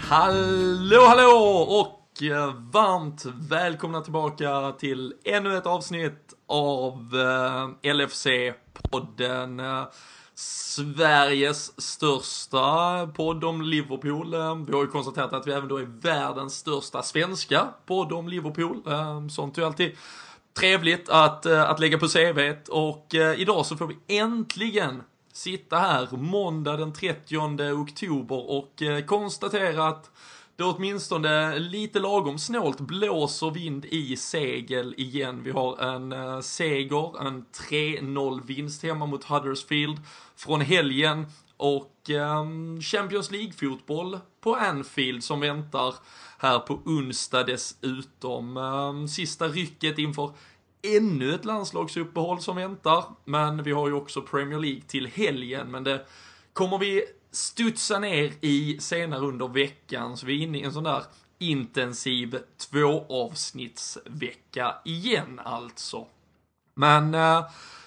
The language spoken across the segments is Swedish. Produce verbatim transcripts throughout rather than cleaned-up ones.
Hallå, hallå och varmt välkomna tillbaka till ännu ett avsnitt av L F C-podden. Sveriges största podd om Liverpool. Vi har ju konstaterat att vi även då är världens största svenska podd om Liverpool. Sånt är ju alltid trevligt att, att lägga på C V:t. Och idag så får vi äntligen sitta här måndag den trettionde oktober och konstatera att det åtminstone lite lagom snålt blåser vind i segel igen. Vi har en uh, seger, en tre noll vinst hemma mot Huddersfield från helgen och um, Champions League-fotboll på Anfield som väntar här på onsdag dessutom. Um, sista rycket inför ännu ett landslagsuppehåll som väntar, men vi har ju också Premier League till helgen, men det kommer vi studsa ner i senare under veckan, så vi är inne i en sån där intensiv tvåavsnittsvecka igen alltså. Men uh,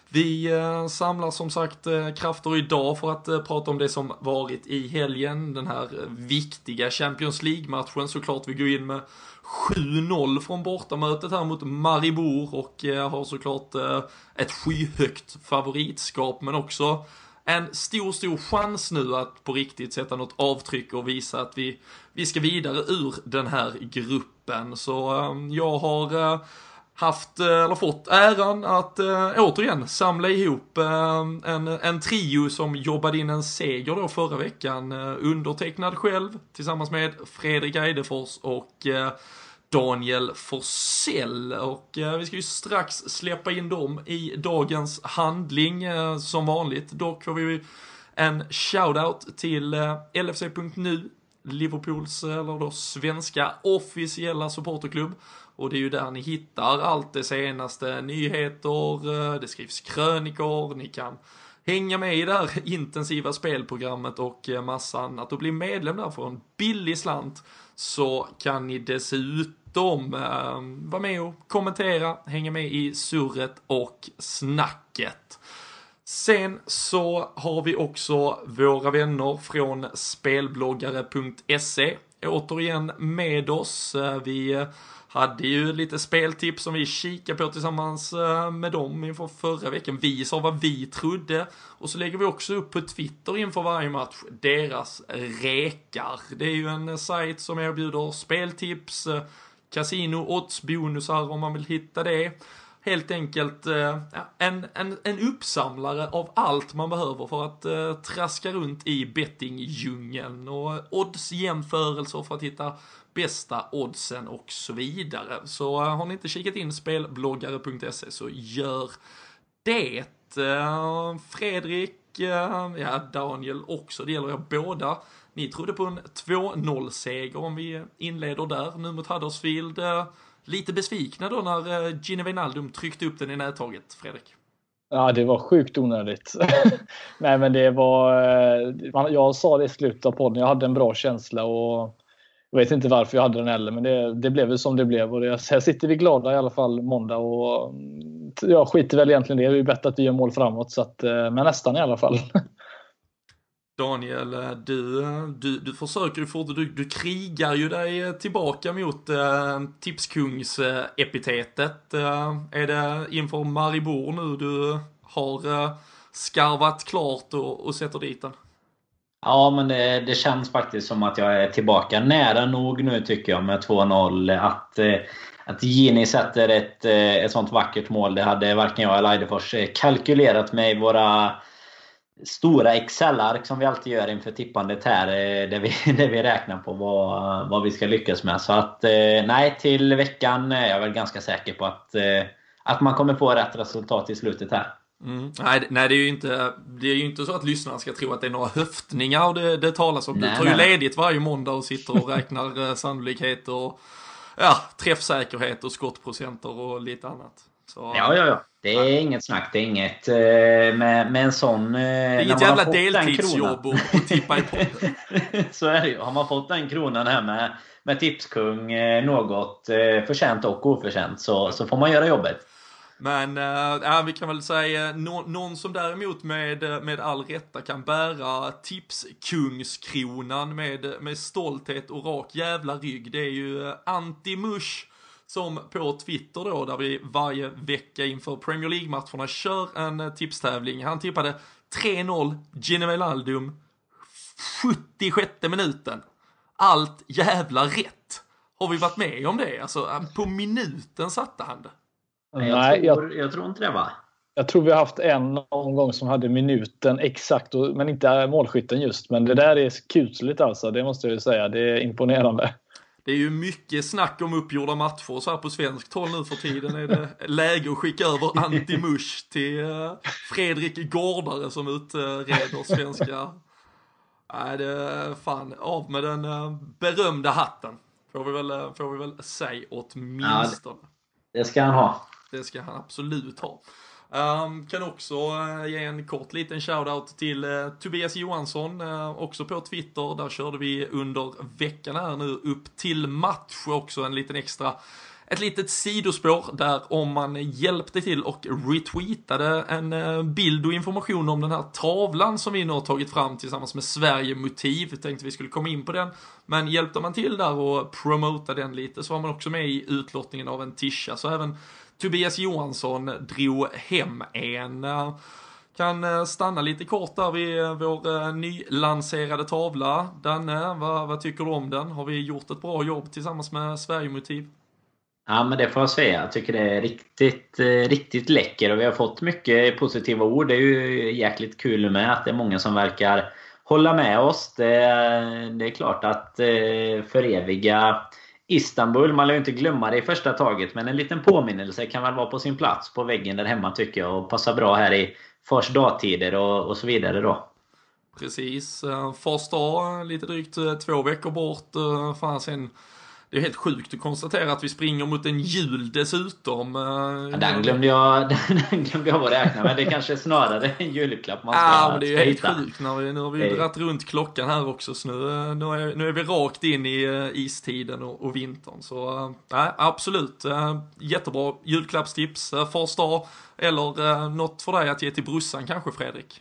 vi uh, samlar som sagt uh, krafter idag för att uh, prata om det som varit i helgen, den här uh, viktiga Champions League-matchen. Såklart vi går in med sju noll från bortamötet här mot Maribor och uh, har såklart uh, ett skyhögt favoritskap, men också en stor, stor chans nu att på riktigt sätta något avtryck och visa att vi, vi ska vidare ur den här gruppen. Så um, jag har uh, haft, uh, eller fått äran att uh, återigen samla ihop uh, en, en trio som jobbade in en seger då förra veckan. Uh, undertecknad själv tillsammans med Fredrik Eidefors och uh, Daniel Forsell, och eh, vi ska ju strax släppa in dem i dagens handling eh, som vanligt. Dock får vi ju en shoutout till eh, L F C punkt nu, Liverpools eller då svenska officiella supporterklubb, och det är ju där ni hittar allt det senaste, nyheter, eh, det skrivs krönikor, ni kan hänga med i det här intensiva spelprogrammet och eh, massa annat, och bli medlem där för en billig slant. Så kan ni dessutom eh, vara med och kommentera, hänga med i surret och snacket. Sen så har vi också våra vänner från spelbloggare punkt se återigen med oss. Vi hade ju lite speltips som vi kikade på tillsammans med dem inför förra veckan. Vi sa vad vi trodde, och så lägger vi också upp på Twitter inför varje match deras rekar. Det är ju en sajt som erbjuder speltips, casino, odds, bonusar om man vill hitta det. Helt enkelt en, en, en uppsamlare av allt man behöver för att uh, traska runt i bettingdjungeln, och oddsjämförelser för att hitta bästa oddsen och så vidare. Så uh, har ni inte kikat in spelbloggare punkt se så gör det. Uh, Fredrik, uh, ja Daniel också, det gäller jag båda. Ni trodde på en två noll-seger om vi inleder där nu mot Huddersfield. Uh, Lite besvikna då när Gini Wijnaldum tryckte upp den i nättaget, Fredrik. Ja, det var sjukt onödigt. Nej, men det var... Jag sa det i slutet av podden. Jag hade en bra känsla och jag vet inte varför jag hade den heller. Men det, det blev väl som det blev. Och det, här sitter vi glada i alla fall måndag. Och jag skiter väl egentligen det. Det är ju bättre att vi gör mål framåt. Så att, men nästan i alla fall. Daniel, du, du, du försöker ju fort, du, du krigar ju dig tillbaka mot eh, tipskungsepitetet. Eh, är det inför Maribor nu du har eh, skarvat klart och, och sätter dit den? Ja, men det, det känns faktiskt som att jag är tillbaka nära nog nu tycker jag med två noll. Att, eh, att Gini sätter ett, eh, ett sånt vackert mål, det hade varken jag eller Eidefors kalkylerat med i våra stora Excel-ark som vi alltid gör inför tippandet här, där vi, där vi räknar på vad, vad vi ska lyckas med. Så att nej, till veckan är jag väl ganska säker på att, att man kommer få rätt resultat i slutet här. Mm. Nej, nej det, är ju inte, det är ju inte så att lyssnarna ska tro att det är några höftningar det, det talas om. Nej, du tar ju nej. ledigt varje måndag och sitter och räknar sannolikhet och ja, träffsäkerhet och skottprocenter och lite annat. Så, ja, ja, ja. Det är ja. inget snack, det är inget med, med en sån... Det är inget jävla deltidsjobb att tippa i podden. Så är det ju. Har man fått den kronan här med, med tipskung, något förtjänt och oförtjänt, så, så får man göra jobbet. Men äh, vi kan väl säga no, någon som däremot med, med all rätta kan bära tipskungskronan med, med stolthet och rak jävla rygg. Det är ju Antti Mush som på Twitter då, där vi varje vecka inför Premier League-matcherna kör en tipstävling. Han tippade tre noll Gini Wijnaldum sjuttiosjätte minuten. Allt jävla rätt. Har vi varit med om det? Alltså på minuten satte han det. Nej, jag, Nej, tror, jag, jag tror inte det, va? Jag tror vi har haft en någon gång som hade minuten exakt, men inte målskytten just. Men det där är kusligt alltså, det måste jag ju säga. Det är imponerande. Det är ju mycket snack om uppgjorda matcher så här på svenskt håll nu för tiden. Är det läge att skicka över Antti Mush till Fredrik Gårdare som utreder svenska. Nej, det är fan av med den berömda hatten. Får vi väl, får vi väl säga åtminstone. Ja, det ska han ha. Det ska han absolut ha. Um, kan också uh, ge en kort liten shoutout till uh, Tobias Johansson, uh, också på Twitter. Där körde vi under veckan här nu upp till match också en liten extra, ett litet sidospår där om man hjälpte till och retweetade en uh, bild och information om den här tavlan som vi nu har tagit fram tillsammans med Sverige Motiv. Jag tänkte vi skulle komma in på den, men hjälpte man till där och promota den lite så var man också med i utlottningen av en tisha. Så även Tobias Johansson drog hem en. Kan stanna lite kort där vid vår nylanserade tavla. Danne, vad, vad tycker du om den? Har vi gjort ett bra jobb tillsammans med Sverigemotiv? Ja, men det får jag säga. Jag tycker det är riktigt, riktigt läcker och vi har fått mycket positiva ord. Det är ju jäkligt kul med att det är många som verkar hålla med oss. Det, det är klart att föreviga Istanbul, man lär ju inte glömma det i första taget, men en liten påminnelse kan väl vara på sin plats på väggen där hemma tycker jag, och passa bra här i fars dagtider och, och så vidare då. Precis, fars dag, lite drygt två veckor bort, fan sen. Det är helt sjukt att konstatera att vi springer mot en jul dessutom. Ja, den glömde jag den glömde jag att räkna med. Det kanske är snarare en julklapp man ska, ja, men det är ju helt hitta. sjukt. När vi, nu har vi ju dratt runt klockan här också. Så nu, nu, är, nu är vi rakt in i uh, istiden och, och vintern. Så uh, nej, absolut. Uh, jättebra julklappstips. Uh, första dag. Eller uh, något för dig att ge till brussan kanske, Fredrik.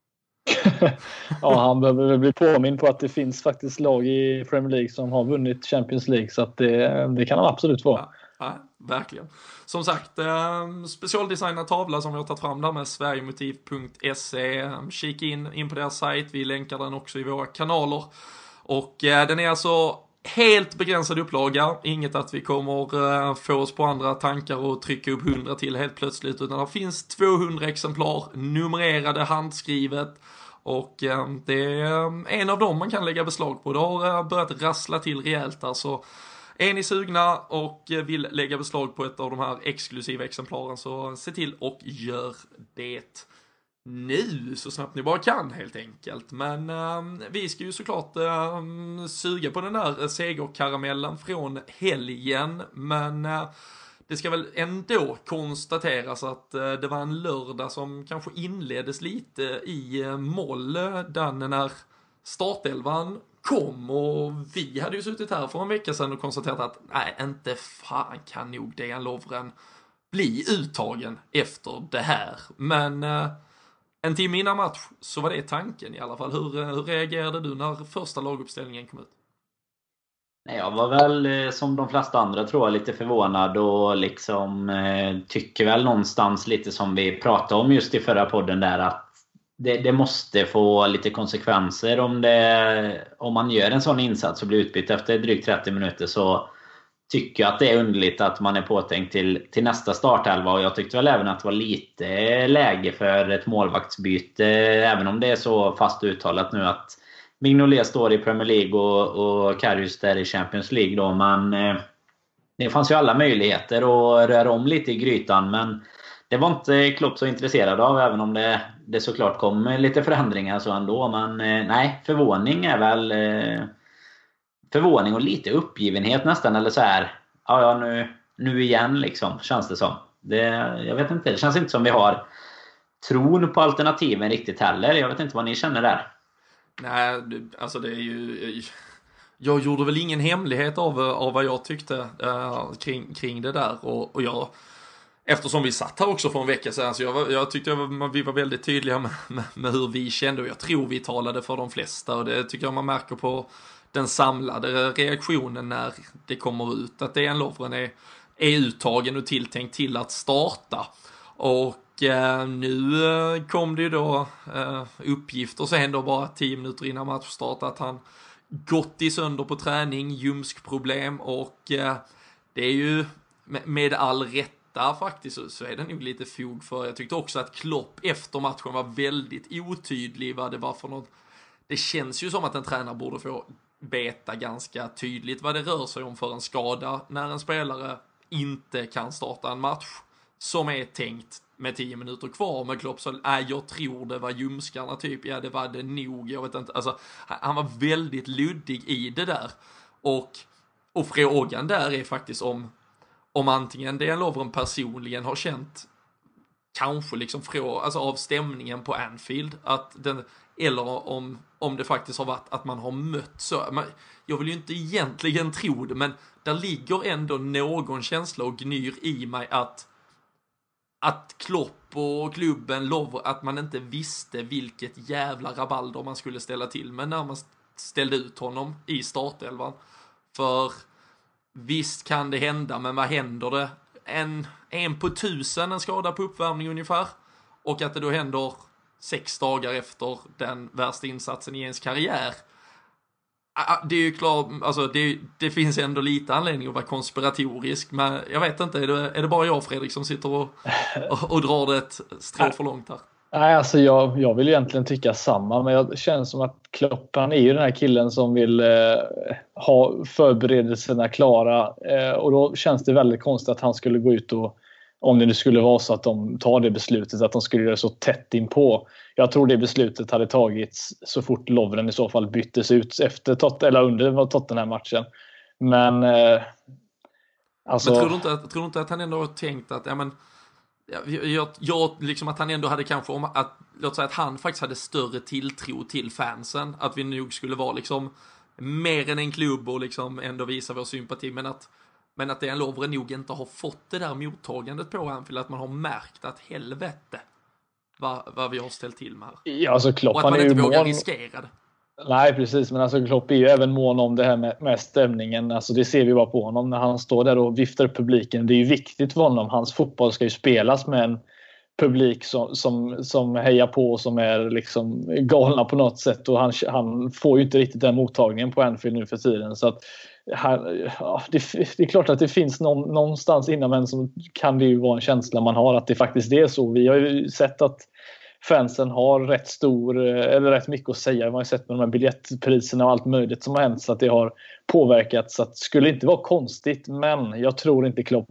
Ja, han behöver bli påminn på att det finns faktiskt lag i Premier League som har vunnit Champions League, så att det, det kan han absolut vara. Ja, ja, verkligen. Som sagt, eh, specialdesignad tavla som vi har tagit fram där med sverigemotiv punkt se. Kika in, in på deras sajt, vi länkar den också i våra kanaler. Och eh, den är alltså helt begränsad upplaga, inget att vi kommer eh, få oss på andra tankar och trycka upp hundra till helt plötsligt, utan det finns tvåhundra exemplar, numrerade, handskrivet. Och eh, det är en av dem man kan lägga beslag på. Det har eh, börjat rassla till rejält. Alltså, är ni sugna och vill lägga beslag på ett av de här exklusiva exemplaren, så se till och gör det nu så snabbt ni bara kan helt enkelt. Men eh, vi ska ju såklart eh, suga på den där segerkaramellen från helgen. Men eh, det ska väl ändå konstateras att eh, det var en lördag som kanske inleddes lite i eh, moll den när startelvan kom, och vi hade ju suttit här för en vecka sedan och konstaterat att nej, inte fan kan nog Dejan Lovren bli uttagen efter det här. Men eh, en timme innan match så var det tanken i alla fall. Hur, hur reagerade du när första laguppställningen kom ut? Jag var väl som de flesta andra tror jag lite förvånad och liksom eh, tycker väl någonstans lite som vi pratade om just i förra podden där, att det, det måste få lite konsekvenser om, det, om man gör en sån insats och blir utbytt efter drygt trettio minuter. Så tycker jag att det är underligt att man är påtänkt till, till nästa startelva, och jag tyckte väl även att det var lite läge för ett målvaktsbyte, även om det är så fast uttalat nu att Mignolet står i Premier League och, och Karius där i Champions League då. Men eh, det fanns ju alla möjligheter att röra om lite i grytan, men det var inte Klopp så intresserad av, även om det, det såklart kom lite förändringar så ändå. Men eh, nej, förvåning är väl eh, förvåning och lite uppgivenhet nästan, eller så här. Ja, ja nu, nu igen liksom, känns det som. Det, jag vet inte, det känns inte som vi har tron på alternativen riktigt heller. Jag vet inte vad ni känner där. Nej, alltså det är ju... Jag gjorde väl ingen hemlighet av, av vad jag tyckte uh, kring, kring det där. Och, och jag eftersom vi satt här också för en vecka sedan, så jag, var, jag tyckte jag var, vi var väldigt tydliga med, med, med hur vi kände, och jag tror vi talade för de flesta, och det tycker jag man märker på den samlade reaktionen när det kommer ut att Dejan Lovren är, är uttagen och tilltänkt till att starta. Och eh, nu eh, kom det ju då eh, uppgifter sen då bara tio minuter innan matchstart att han gått i sönder på träning, ljumskproblem, och eh, det är ju med, med all rätta faktiskt så, så är det nog lite fog för. Jag tyckte också att Klopp efter matchen var väldigt otydlig vad det var för något. Det känns ju som att en tränare borde få veta ganska tydligt vad det rör sig om för en skada när en spelare inte kan starta en match som är tänkt med tio minuter kvar. Med Klopp så, äh, jag tror det var ljumskarna typ, ja det var det nog, jag vet inte, alltså han var väldigt luddig i det där, och, och frågan där är faktiskt om om antingen Dejan Lovren personligen har känt kanske liksom frå, alltså av stämningen på Anfield att den, eller om, om det faktiskt har varit att man har mött så. Man, jag vill ju inte egentligen tro det, men där ligger ändå någon känsla och gnyr i mig att att Klopp och klubben Lovren, att man inte visste vilket jävla rabalder man skulle ställa till med när man ställde ut honom i startelvan. För visst kan det hända, men vad händer det? En, en på tusen, en skada på uppvärmning ungefär. Och att det då händer sex dagar efter den värsta insatsen i ens karriär. Det är ju klart, alltså det, det finns ändå lite anledning att vara konspiratorisk, men jag vet inte, är det, är det bara jag, Fredrik, som sitter och, och, och drar det ett strå för långt här? Nej, alltså jag, jag vill egentligen tycka samma, men jag känner som att Klopp, han är ju den här killen som vill eh, ha förberedelserna klara, eh, och då känns det väldigt konstigt att han skulle gå ut och, om det nu skulle vara så att de tar det beslutet, att de skulle göra så tätt in på. Jag tror det beslutet hade tagits så fort Lovren i så fall byttes ut efter tot- eller under Tottenham-matchen. Men eh, alltså... Men tror du inte, tror du inte att han ändå har tänkt att ja, men, jag, jag, jag, liksom att han ändå hade kanske, om att, låt säga att han faktiskt hade större tilltro till fansen, att vi nog skulle vara liksom mer än en klubb och liksom ändå visa vår sympati, men att Men att Dejan Lovren nog inte har fått det där mottagandet på Anfield, att man har märkt att helvete vad, vad vi har ställt till med här. Ja, alltså Klopp, och att man han inte vågar mån... riskera det. Nej, precis. Men alltså Klopp är ju även mån om det här med, med stämningen. Alltså det ser vi bara på honom när han står där och viftar upp publiken. Det är ju viktigt för honom. Hans fotboll ska ju spelas med en publik som, som, som hejar på och som är liksom galna på något sätt. Och han, han får ju inte riktigt den mottagningen på Anfield nu för tiden. Så att här, ja, det, det är klart att det finns någon, någonstans inom en som kan det ju vara en känsla man har att det faktiskt är så. Vi har ju sett att fansen har rätt stor, eller rätt mycket att säga. Man har ju sett med de här biljettpriserna och allt möjligt som har hänt, så att det har påverkat. Så att det skulle inte vara konstigt, men jag tror inte Klopp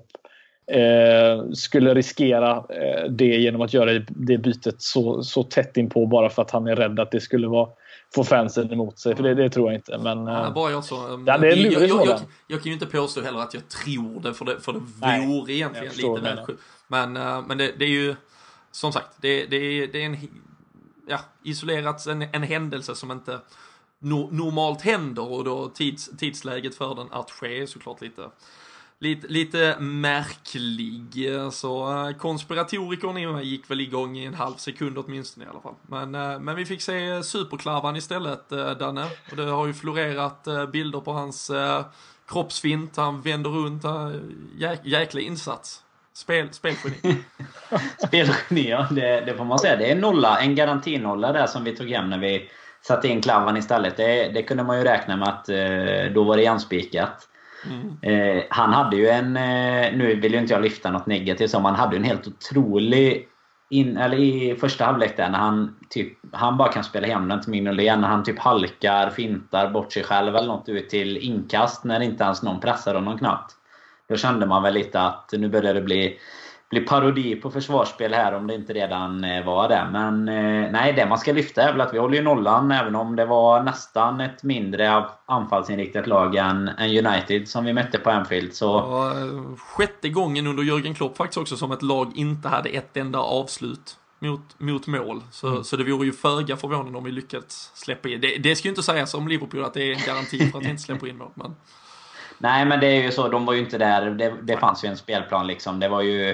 eh, skulle riskera eh, det genom att göra det bytet så, så tätt in på, bara för att han är rädd att det skulle vara få fansen emot sig, för det, det tror jag inte. Men, ja, bara jag, så, um, ja, det är jag, jag, jag, jag kan ju inte påstå heller att jag tror det, för det, för det Nej, vore egentligen lite väl sjukt. Men, uh, men det, det är ju som sagt, det, det, är, det är en ja, isolerat en, en händelse som inte no, normalt händer, och då tids, tidsläget för den att ske är såklart lite Lite, lite märklig. Så uh, konspiratorikern i mig gick väl igång i en halv sekund åtminstone i alla fall. Men, uh, men vi fick se superklavan istället, uh, Danne. Och det har ju florerat uh, bilder på hans uh, kroppsfint. Han vänder runt. Uh, jäk, jäkla insats. Spel, spelgeni. Spelgeni, ja. Det, det får man säga. Det är nolla, en garantinolla där som vi tog hem när vi satte in klavan istället. Det, det kunde man ju räkna med att uh, då var det anspikat. Mm. Eh, han hade ju en eh, nu vill ju inte jag lyfta något negativt, som han hade en helt otrolig in, eller i första halvlek där när han typ han bara kan spela hem den till Mignolet, när han typ halkar, fintar bort sig själv eller något ut till inkast när inte ens någon pressar honom knappt. Då kände man väl lite att nu börjar det bli bli parodi på försvarsspel här, om det inte redan var det. Men eh, nej, det man ska lyfta är väl att vi håller ju nollan, även om det var nästan ett mindre anfallsinriktat lag än, än United som vi mötte på Anfield. Så... Ja, sjätte gången under Jürgen Klopp faktiskt också som ett lag inte hade ett enda avslut mot, mot mål. Så, mm. så det vore ju föga förvånande om vi lyckats släppa in. Det, det ska ju inte sägas om Liverpool att det är en garanti för att inte släppa in mål. Men... Nej, men det är ju så, de var ju inte där. Det, det fanns ju en spelplan liksom. Det var ju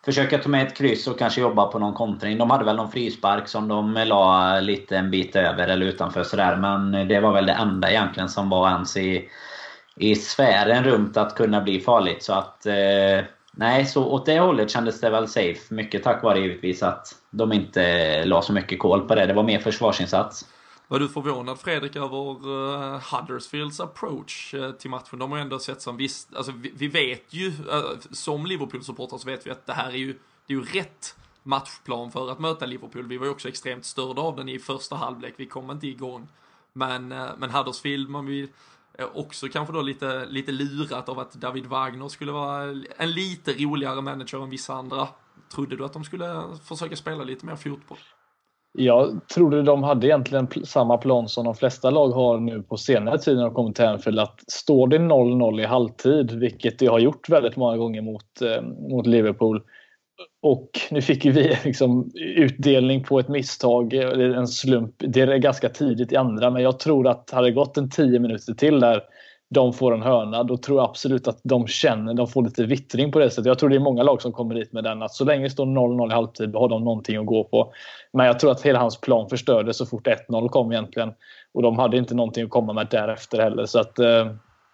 försöka ta med ett kryss och kanske jobba på någon kontring. De hade väl någon frispark som de la lite en bit över eller utanför sådär. Men det var väl det enda egentligen som var ens i, i sfären runt att kunna bli farligt. Så att eh, nej, så åt det hållet kändes det väl safe. Mycket tack vare givetvis att de inte la så mycket koll på det. Det var mer försvarsinsats. Var du förvånad, Fredrik, över uh, Huddersfields approach uh, till matchen? De har ju ändå sett som visst, alltså vi, vi vet ju, uh, som Liverpool-supportrar så vet vi att det här är ju, det är ju rätt matchplan för att möta Liverpool. Vi var ju också extremt störda av den i första halvlek, vi kom inte igång. Men, uh, men Huddersfield, man vill uh, också kanske då lite, lite lurat av att David Wagner skulle vara en lite roligare manager än vissa andra. Trodde du att de skulle försöka spela lite mer fotboll? Jag trodde de hade egentligen samma plan som de flesta lag har nu på senare tid när de kommer till Anfield. Att står det noll noll i halvtid, vilket det har gjort väldigt många gånger mot, eh, mot Liverpool. Och nu fick ju vi liksom utdelning på ett misstag, en slump. Det är ganska tidigt i andra, men jag tror att hade det gått en tio minuter till där de får en hörna, då tror jag absolut att de känner, de får lite vittring på det sättet. Jag tror det är många lag som kommer dit med den, att så länge det står noll noll i halvtid, då har de någonting att gå på. Men jag tror att hela hans plan förstördes så fort ett noll kom egentligen. Och de hade inte någonting att komma med därefter heller. Så att eh,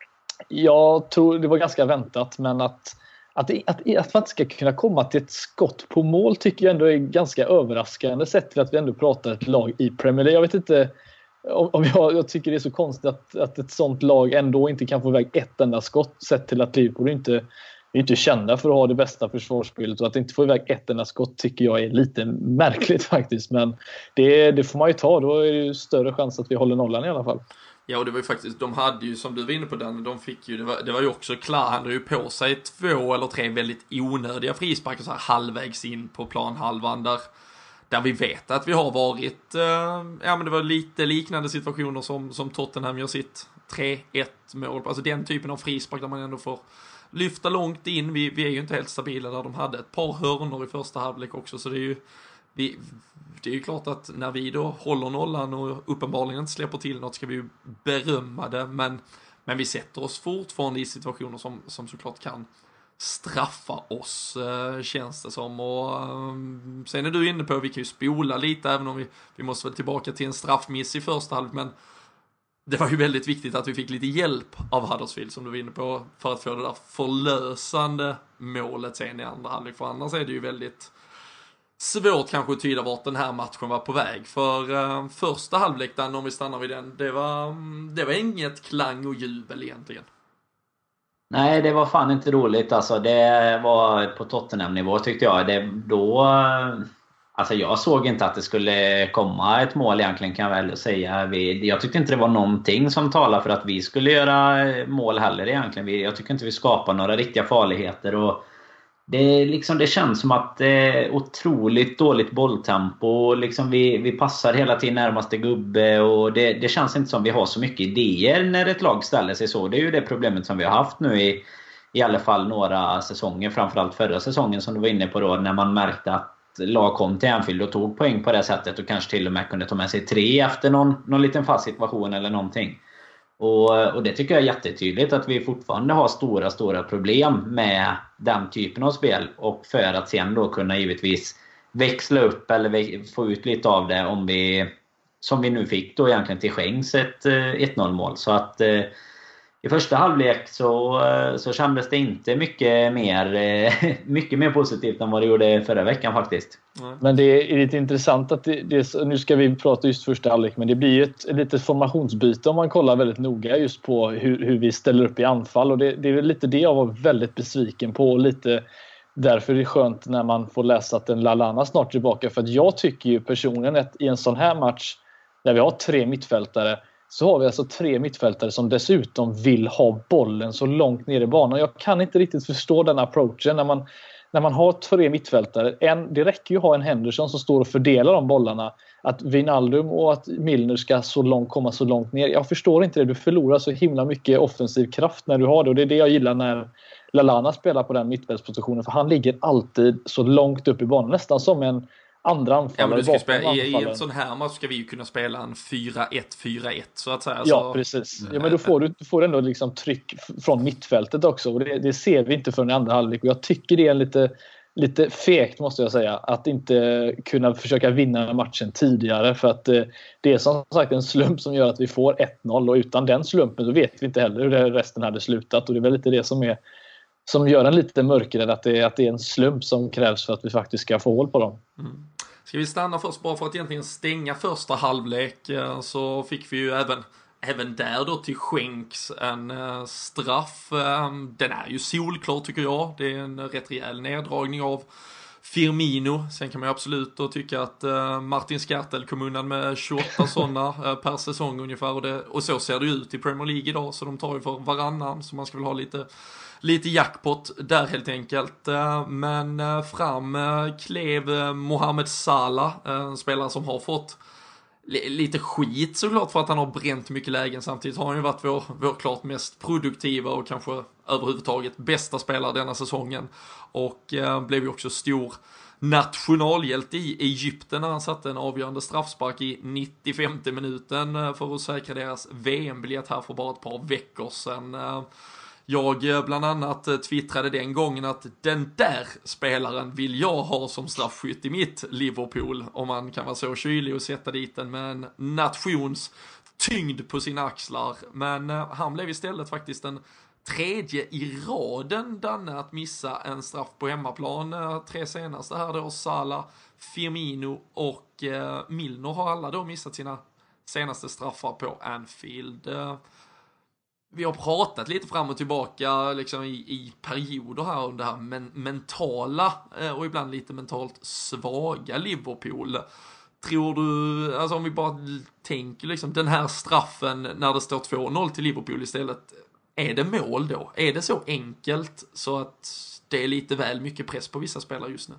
jag tror det var ganska väntat, men att, att, att, att man inte ska kunna komma till ett skott på mål tycker jag ändå är ganska överraskande, sett till att vi ändå pratar ett lag i Premier League. Jag vet inte om jag, jag tycker det är så konstigt att, att ett sånt lag ändå inte kan få iväg ett enda skott, sett till att Liverpool inte är inte kända för att ha det bästa försvarsspelet, och att inte få iväg ett enda skott tycker jag är lite märkligt faktiskt, men det, det får man ju ta, då är det ju större chans att vi håller nollan i alla fall. Ja, och det var ju faktiskt, de hade ju, som du var inne på den, de fick ju, det var, det var ju också klar, han hade ju på sig två eller tre väldigt onödiga frisparkar så här halvvägs in på planhalvan där Där vi vet att vi har varit, eh, ja men det var lite liknande situationer som, som Tottenham gör sitt tre ett mål. Alltså den typen av frispark där man ändå får lyfta långt in. Vi, vi är ju inte helt stabila där. De hade ett par hörnor i första halvlek också. Så det är ju, vi, det är ju klart att när vi då håller nollan och uppenbarligen inte släpper till något ska vi ju berömma det. Men, men vi sätter oss fortfarande i situationer som, som såklart kan straffa oss, äh, känns det som. Och äh, sen är du inne på, vi kan ju spola lite, även om vi, vi måste väl tillbaka till en straffmiss i första halvlek, men det var ju väldigt viktigt att vi fick lite hjälp av Huddersfield, som du var inne på, för att få det där förlösande målet sen i andra halvlek, för annars är det ju väldigt svårt kanske att tyda vart den här matchen var på väg. För äh, första halvlek, där, om vi stannar vid den, det var, det var inget klang och jubel egentligen. Nej, det var fan inte roligt. Alltså, det var på Tottenham-nivå tyckte jag. Det, då, alltså, jag såg inte att det skulle komma ett mål egentligen, kan jag väl säga. Vi, jag tyckte inte det var någonting som talar för att vi skulle göra mål heller egentligen. Vi, jag tycker inte vi skapar några riktiga farligheter. Och det, liksom, det känns som att det är otroligt dåligt bolltempo. Liksom vi, vi passar hela tiden närmaste gubbe. Och det, det känns inte som vi har så mycket idéer när ett lag ställer sig så. Det är ju det problemet som vi har haft nu i, i alla fall några säsonger. Framförallt förra säsongen som du var inne på då. När man märkte att lag kom till Anfield och tog poäng på det sättet. Och kanske till och med kunde ta med sig tre efter någon, någon liten fast situation eller någonting. Och, och det tycker jag är jättetydligt, att vi fortfarande har stora, stora problem med den typen av spel. Och för att sen då kunna givetvis växla upp eller få ut lite av det, om vi, som vi nu fick då egentligen till skänks ett ett noll mål. Så att eh, i första halvlek så, så kändes det inte mycket mer, mycket mer positivt än vad det gjorde förra veckan faktiskt. Men det är lite intressant att det, det, nu ska vi prata just första halvlek, men det blir ju ett, ett litet formationsbyte om man kollar väldigt noga just på hur, hur vi ställer upp i anfall, och det, det är lite det jag var väldigt besviken på, och lite därför är det skönt när man får läsa att en Lallana snart är tillbaka, för att jag tycker ju personligen att i en sån här match där vi har tre mittfältare, så har vi alltså tre mittfältare som dessutom vill ha bollen så långt ner i banan. Jag kan inte riktigt förstå den approachen när man, när man har tre mittfältare. En, det räcker ju att ha en Henderson som står och fördelar de bollarna. Att Wijnaldum och att Milner ska så långt, komma så långt ner. Jag förstår inte det. Du förlorar så himla mycket offensiv kraft när du har det. Och det är det jag gillar när Lallana spelar på den mittfältspositionen. För han ligger alltid så långt upp i banan. Nästan som en andra anfallare. Ja, men du ska spela, i, i en sån här match ska vi ju kunna spela en fyra ett fyra ett så att säga. Ja, så, precis. Ja, men då får du, du får ändå liksom tryck från mittfältet också. Och det, det ser vi inte förrän i andra halvlek. Och jag tycker det är en lite, lite fegt måste jag säga att inte kunna försöka vinna matchen tidigare, för att eh, det är som sagt en slump som gör att vi får ett noll, och utan den slumpen så vet vi inte heller hur det resten hade slutat, och det är väl lite det som är som gör en lite mörkare, att det, att det är en slump som krävs för att vi faktiskt ska få hål på dem. Mm. Ska vi stanna först bara för att egentligen stänga första halvlek, så fick vi ju även Även där då till skänks en uh, straff. Um, den är ju solklar tycker jag. Det är en rätt rejäl neddragning av Firmino. Sen kan man ju absolut då tycka att uh, Martin Skartel kom undan med tjugoåtta sådana uh, per säsong ungefär. Och, det, och så ser det ut i Premier League idag. Så de tar ju för varannan. Så man ska väl ha lite, lite jackpot där helt enkelt. Uh, men uh, fram uh, klev uh, Mohamed Salah. Uh, en spelare som har fått lite skit såklart för att han har bränt mycket lägen. Samtidigt har han ju varit vår, vår klart mest produktiva och kanske överhuvudtaget bästa spelare denna säsongen. Och eh, blev ju också stor nationalhjälte i Egypten när han satte en avgörande straffspark i nittiofemte minuten för att säkra deras V M-biljett här för bara ett par veckor sedan. Eh, Jag bland annat twittrade den gången att den där spelaren vill jag ha som straffskytt i mitt Liverpool, om man kan vara så kylig och sätta dit den med en nations tyngd på sina axlar. Men uh, han blev istället faktiskt den tredje i raden, Danne, att missa en straff på hemmaplan. Uh, tre senaste här då, Salah, Firmino och uh, Milner har alla då missat sina senaste straffar på Anfield. Uh, Vi har pratat lite fram och tillbaka liksom i, i perioder här om det här men, mentala eh, och ibland lite mentalt svaga Liverpool. Tror du, alltså om vi bara tänker liksom den här straffen när det står två noll till Liverpool istället, är det mål då? Är det så enkelt så att det är lite väl mycket press på vissa spelare just nu?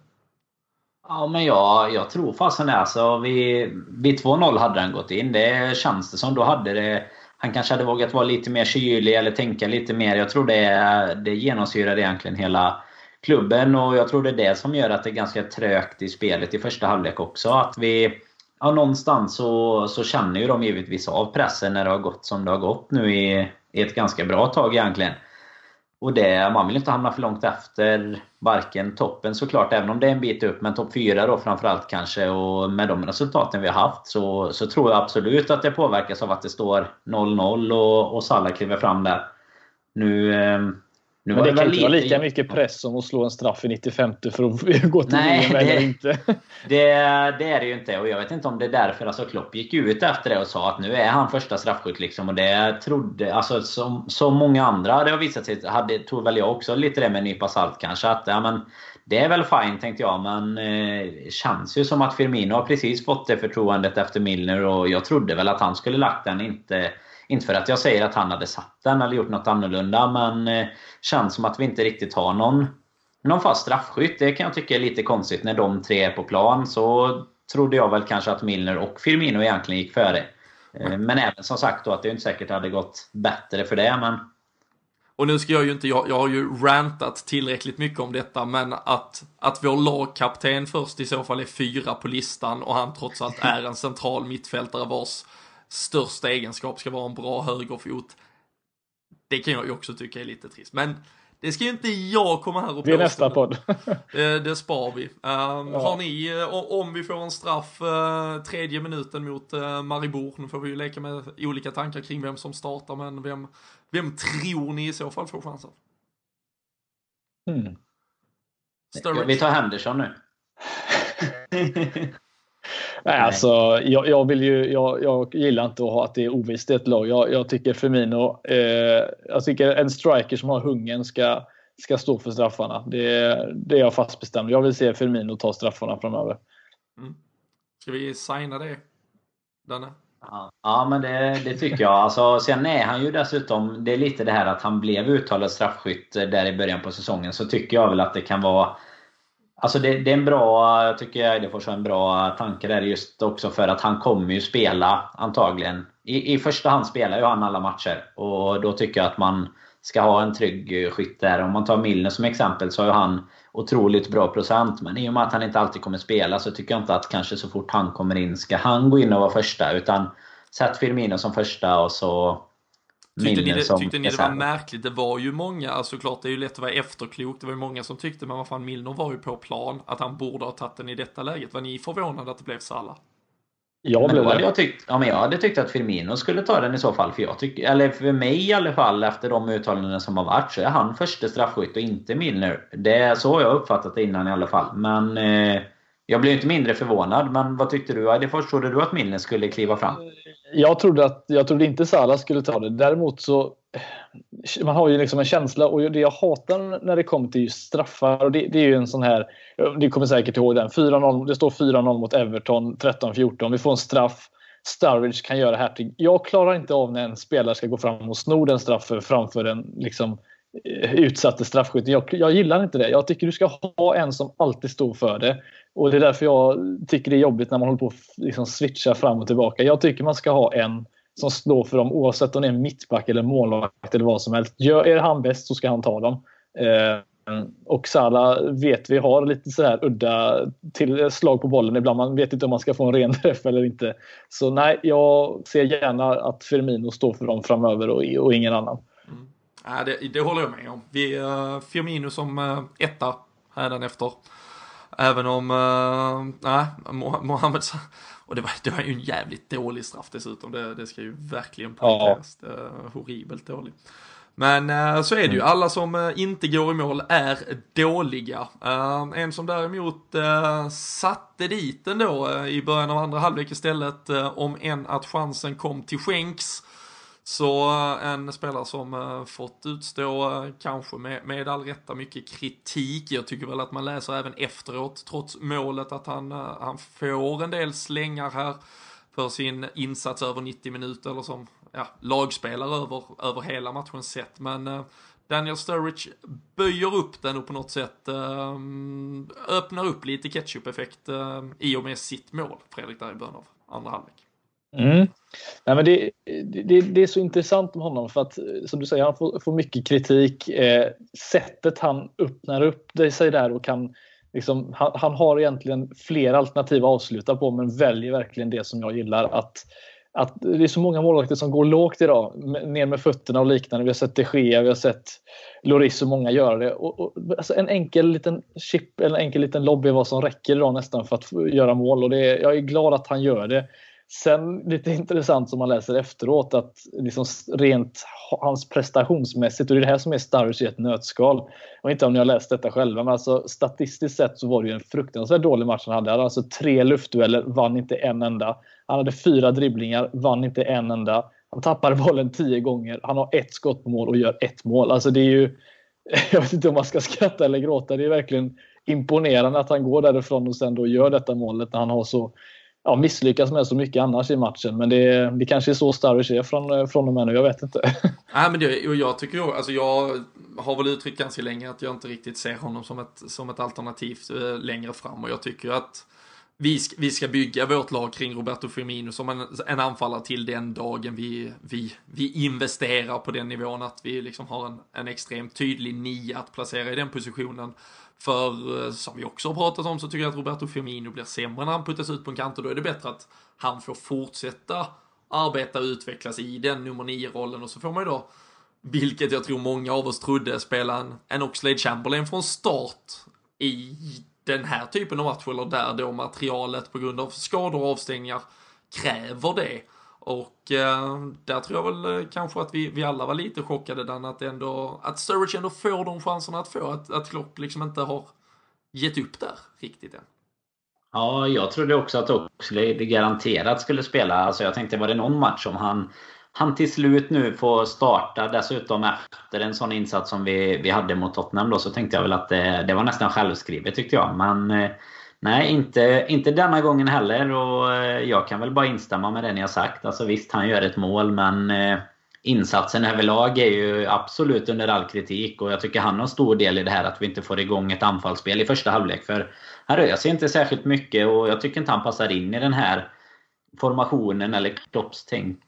Ja, men jag, jag tror fasen det. Alltså, vid, vid två noll hade den gått in. Det känns det som. Då hade det... Han kanske hade vågat vara lite mer kylig eller tänka lite mer. Jag tror det, det genomsyrar egentligen hela klubben. Och jag tror det är det som gör att det är ganska trögt i spelet i första halvlek också. Att vi, ja, någonstans så, så känner ju de givetvis av pressen när det har gått som det har gått nu i, i ett ganska bra tag egentligen. Och det, man vill inte hamna för långt efter varken toppen såklart, även om det är en bit upp, men topp fyra då framförallt kanske. Och med de resultaten vi har haft så, så tror jag absolut att det påverkas av att det står noll noll och, och Salah kliver fram där. Nu, nu men det, det kan väl inte vara lite lika mycket press som att slå en straff i nittiofemte för att gå till Nej, V M eller inte. Det, det är det ju inte. Och jag vet inte om det är därför. Alltså Klopp gick ut efter det och sa att nu är han första straffskytt liksom. Och det trodde, alltså som, som många andra det har visat sig, hade, tror väl jag också lite det med en nypa salt kanske. Att ja, men det är väl fine tänkte jag. Men eh, känns ju som att Firmino har precis fått det förtroendet efter Milner. Och jag trodde väl att han skulle lagt den. Inte, inte för att jag säger att han hade satt den eller gjort något annorlunda. Men eh, känns som att vi inte riktigt har någon Någon fast straffskytt. Det kan jag tycka är lite konstigt när de tre är på plan. Så trodde jag väl kanske att Milner och Firmino egentligen gick före. Mm. Men även som sagt då att det inte säkert hade gått bättre för det. Men... Och nu ska jag ju inte, jag, jag har ju rantat tillräckligt mycket om detta, men att, att vår lagkapten först i så fall är fyra på listan och han trots allt är en central mittfältare vars största egenskap ska vara en bra högerfot. Det kan jag ju också tycka är lite trist. Men det ska ju inte jag komma här och det är nästa podd. det, det spar vi. Um, ja. Har ni, om vi får en straff uh, tredje minuten mot uh, Maribor, nu får vi ju leka med olika tankar kring vem som startar, men vem, vem tror ni i så fall får chansen? Mm. Vi tar Henderson nu. Nej, alltså, jag, jag, vill ju, jag, jag gillar inte att ha att det är ovisst ett lag. Jag, jag tycker Firmino, eh, jag tycker en striker som har hungern ska, ska stå för straffarna. Det, det är jag fast bestämd. Jag vill se Firmino ta straffarna framöver. Mm. Ska vi signa det, Danne? Ja, ja men det, det tycker jag. Alltså, sen är han ju dessutom, det är lite det här att han blev uttalad straffskytt där i början på säsongen. Så tycker jag väl att det kan vara... Alltså det, det är en bra, jag tycker det får så en bra tanke där just också för att han kommer ju spela antagligen. I, i första hand spelar ju han alla matcher och då tycker jag att man ska ha en trygg skytt där. Om man tar Milner som exempel så har ju han otroligt bra procent, men i och med att han inte alltid kommer spela så tycker jag inte att kanske så fort han kommer in ska han gå in och vara första, utan sätt Firmino som första och så Tyckte ni, det, tyckte ni det var märkligt? Det var ju många, alltså klart det är ju lätt att vara efterklok. Det var ju många som tyckte, men vad fan, Milner var ju på plan att han borde ha tagit den i detta läget. Var ni förvånade att det blev Salah? Jag men då hade jag tyckt, ja, men jag hade tyckt att Firmino skulle ta den i så fall. För jag tycker, eller för mig i alla fall, efter de uttalanden som har varit, så är han första straffskytt och inte Milner. Det är så jag uppfattat det innan i alla fall. Men eh, jag blev inte mindre förvånad. Men vad tyckte du? Ja, det förstod du att Milner skulle kliva fram? Jag trodde, att, jag trodde inte Salah skulle ta det. Däremot så man har ju liksom en känsla, och det jag hatar när det kommer till just straffar, och det, det är ju en sån här, du kommer säkert ihåg den, fyra noll, det står fyra noll mot Everton, tretton fjorton, vi får en straff, Sturridge kan göra hattrick. Jag klarar inte av när en spelare ska gå fram och sno den straffen framför en liksom utsatte straffskytten. Jag, jag gillar inte det. Jag tycker du ska ha en som alltid står för det. Och det är därför jag tycker det är jobbigt när man håller på att liksom switcha fram och tillbaka. Jag tycker man ska ha en som står för dem, oavsett om det är mittback eller målvakt eller vad som helst. Gör, är han bäst så ska han ta dem. Eh, och Salah vet vi har lite så här udda till slag på bollen ibland. Man vet inte om man ska få en ren träff eller inte. Så nej, jag ser gärna att Firmino står för dem framöver och, och ingen annan. Mm. Ja, det, det håller jag med om. Vi uh, Firmino som uh, etta hädanefter. Även om uh, nej, Mohamed, och det var, det var ju en jävligt dålig straff dessutom. Det, det ska ju verkligen poängteras. Ja. Uh, horribelt dålig. Men uh, så är det ju. Alla som uh, inte går i mål är dåliga. Uh, en som däremot uh, satte dit den då uh, i början av andra halvlek istället, uh, om en att chansen kom till skänks. Så en spelare som uh, fått utstå uh, kanske med, med all rätta mycket kritik. Jag tycker väl att man läser även efteråt, trots målet, att han, uh, han får en del slängar här för sin insats över nittio minuter, eller som ja, lagspelare över, över hela matchen sett. Men uh, Daniel Sturridge böjer upp den och på något sätt uh, öppnar upp lite ketchup-effekt uh, i och med sitt mål, Fredrik, där i början av andra halvlek. Mm. Nej, men det, det, det är så intressant med honom, för att som du säger, han får, får mycket kritik. Eh, sättet han öppnar upp det sig där och kan liksom, han, han har egentligen flera alternativ att avsluta på, men väljer verkligen det som jag gillar, att, att det är så många målvakter som går lågt idag, ner med fötterna och liknande. Vi har sett De Gea, vi har sett Lloris och många göra det, och, och, alltså en enkel liten chip eller en enkel liten lobby är vad som räcker idag nästan för att göra mål, och det, jag är glad att han gör det. Sen lite intressant som man läser efteråt, att liksom rent hans prestationsmässigt, och det är det här som är Sturridge i ett nötskal. Och inte om ni har läst detta själva, men alltså statistiskt sett så var det ju en fruktansvärt dålig match han hade. Han hade alltså tre luftdueller, vann inte en enda. Han hade fyra dribblingar, vann inte en enda. Han tappade bollen tio gånger. Han har ett skott på mål och gör ett mål. Alltså det är ju, jag vet inte om man ska skratta eller gråta. Det är verkligen imponerande att han går därifrån och sen då gör detta målet när han har så ja, misslyckas med så mycket annars i matchen. Men det, det kanske är så Sturridge är från, från och med nu, jag vet inte. Nej, men det, och jag tycker ju, alltså jag har väl uttryckt ganska länge att jag inte riktigt ser honom som ett, som ett alternativ äh, längre fram, och jag tycker att vi ska, vi ska bygga vårt lag kring Roberto Firmino som en, en anfallare till den dagen vi, vi, vi investerar på den nivån att vi liksom har en, en extremt tydlig nia att placera i den positionen. För som vi också har pratat om så tycker jag att Roberto Firmino blir sämre när han puttas ut på en kant, och då är det bättre att han får fortsätta arbeta och utvecklas i den nummer nio-rollen, och så får man ju då, vilket jag tror många av oss trodde, spela en, en Oxlade-Chamberlain från start i den här typen av match, eller där då materialet på grund av skador och avstängningar kräver det. Och eh, där tror jag väl kanske att vi, vi alla var lite chockade där, att, ändå, att Sturridge ändå får de chanserna att få, att, att Klopp liksom inte har gett upp där riktigt än. Ja, jag trodde också att Oxlade garanterat skulle spela. Alltså jag tänkte, var det någon match om han, han till slut nu får starta, dessutom efter en sån insats som vi, vi hade mot Tottenham då, så tänkte jag väl att det, det var nästan självskrivet tyckte jag. Men nej, inte, inte denna gången heller, och jag kan väl bara instämma med det ni har sagt. Alltså visst, han gör ett mål, men insatsen överlag är ju absolut under all kritik, och jag tycker han har stor del i det här att vi inte får igång ett anfallsspel i första halvlek, för han rör sig inte särskilt mycket, och jag tycker inte han passar in i den här formationen eller Klopps tänk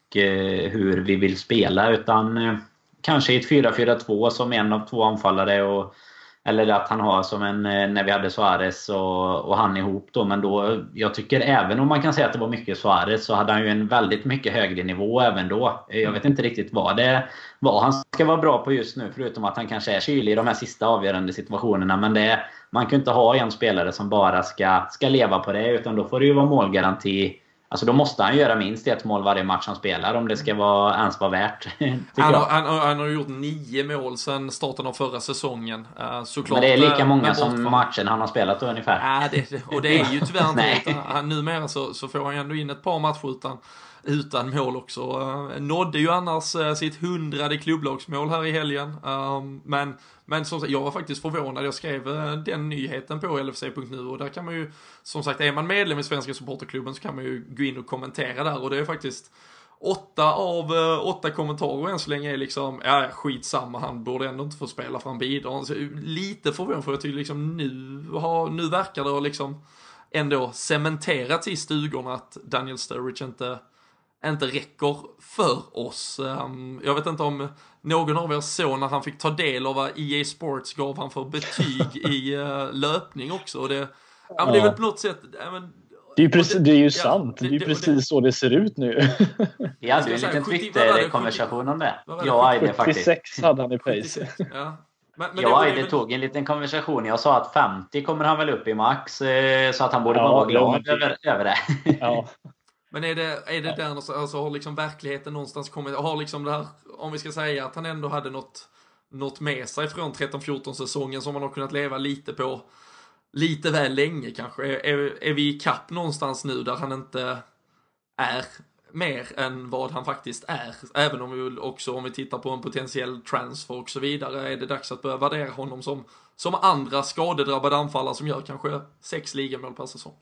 hur vi vill spela, utan kanske i ett fyra fyra två som en av två anfallare och Eller att han har som en, när vi hade Suarez och, och han ihop då. Men då, jag tycker även om man kan säga att det var mycket Suarez, så hade han ju en väldigt mycket högre nivå även då. Jag vet inte riktigt vad det vad han ska vara bra på just nu, förutom att han kanske är kylig i de här sista avgörande situationerna. Men det, man kan inte ha en spelare som bara ska, ska leva på det, utan då får det ju vara målgaranti. Alltså då måste han göra minst ett mål varje match han spelar, om det ska vara, ens vara värt. Han har, han, han har gjort nio mål sedan starten av förra säsongen. Uh, såklart, men det är lika många uh, som matchen han har spelat då, ungefär. Ja, det, och det är ju tyvärr inte. Han, numera så, så får han ändå in ett par matcher utan, utan mål också. Uh, nådde ju annars uh, sitt hundrade klubblagsmål här i helgen. Uh, men men som sagt, jag var faktiskt förvånad. Jag skrev uh, den nyheten på L F C punkt nu, och där kan man ju, som sagt, är man medlem i Svenska supporterklubben så kan man ju gå in och kommentera där, och det är faktiskt åtta av uh, åtta kommentarer än så länge är liksom, ja, skitsamma, han borde ändå inte få spela för han bidrar. Så, lite förvånad, för jag tycker liksom nu, har, nu verkar det liksom ändå cementerats i stugorna att Daniel Sturridge inte inte räcker för oss. Um, jag vet inte om någon av er såg när han fick ta del av vad E A Sports gav han för betyg i uh, löpning också. Och det, ja, men ja. Det är väl på något sätt... Ja, men, det är ju, precis, det, det är ju ja, sant. Det, det är ju det, precis det, så det ser ut nu. Vi hade ju en liten Twitter-konversation om det. Jag och Aide faktiskt. sjuttiosex hade han i pace. Ja. Men, men jag och det, Aide det, tog en liten konversation. Jag sa att femtio kommer han väl upp i max. Så att han borde ja, bara vara glad ja, över, över det. Ja. Men är det, är det där, alltså har liksom verkligheten någonstans kommit, har liksom det här, om vi ska säga att han ändå hade något, något med sig från tretton fjorton säsongen som man har kunnat leva lite på, lite väl länge kanske. Är, är, är vi i kapp någonstans nu där han inte är mer än vad han faktiskt är? Även om vi också, om vi tittar på en potentiell transfer och så vidare, är det dags att börja värdera honom som, som andra skadedrabbade anfallare som gör kanske sex ligamål per säsong?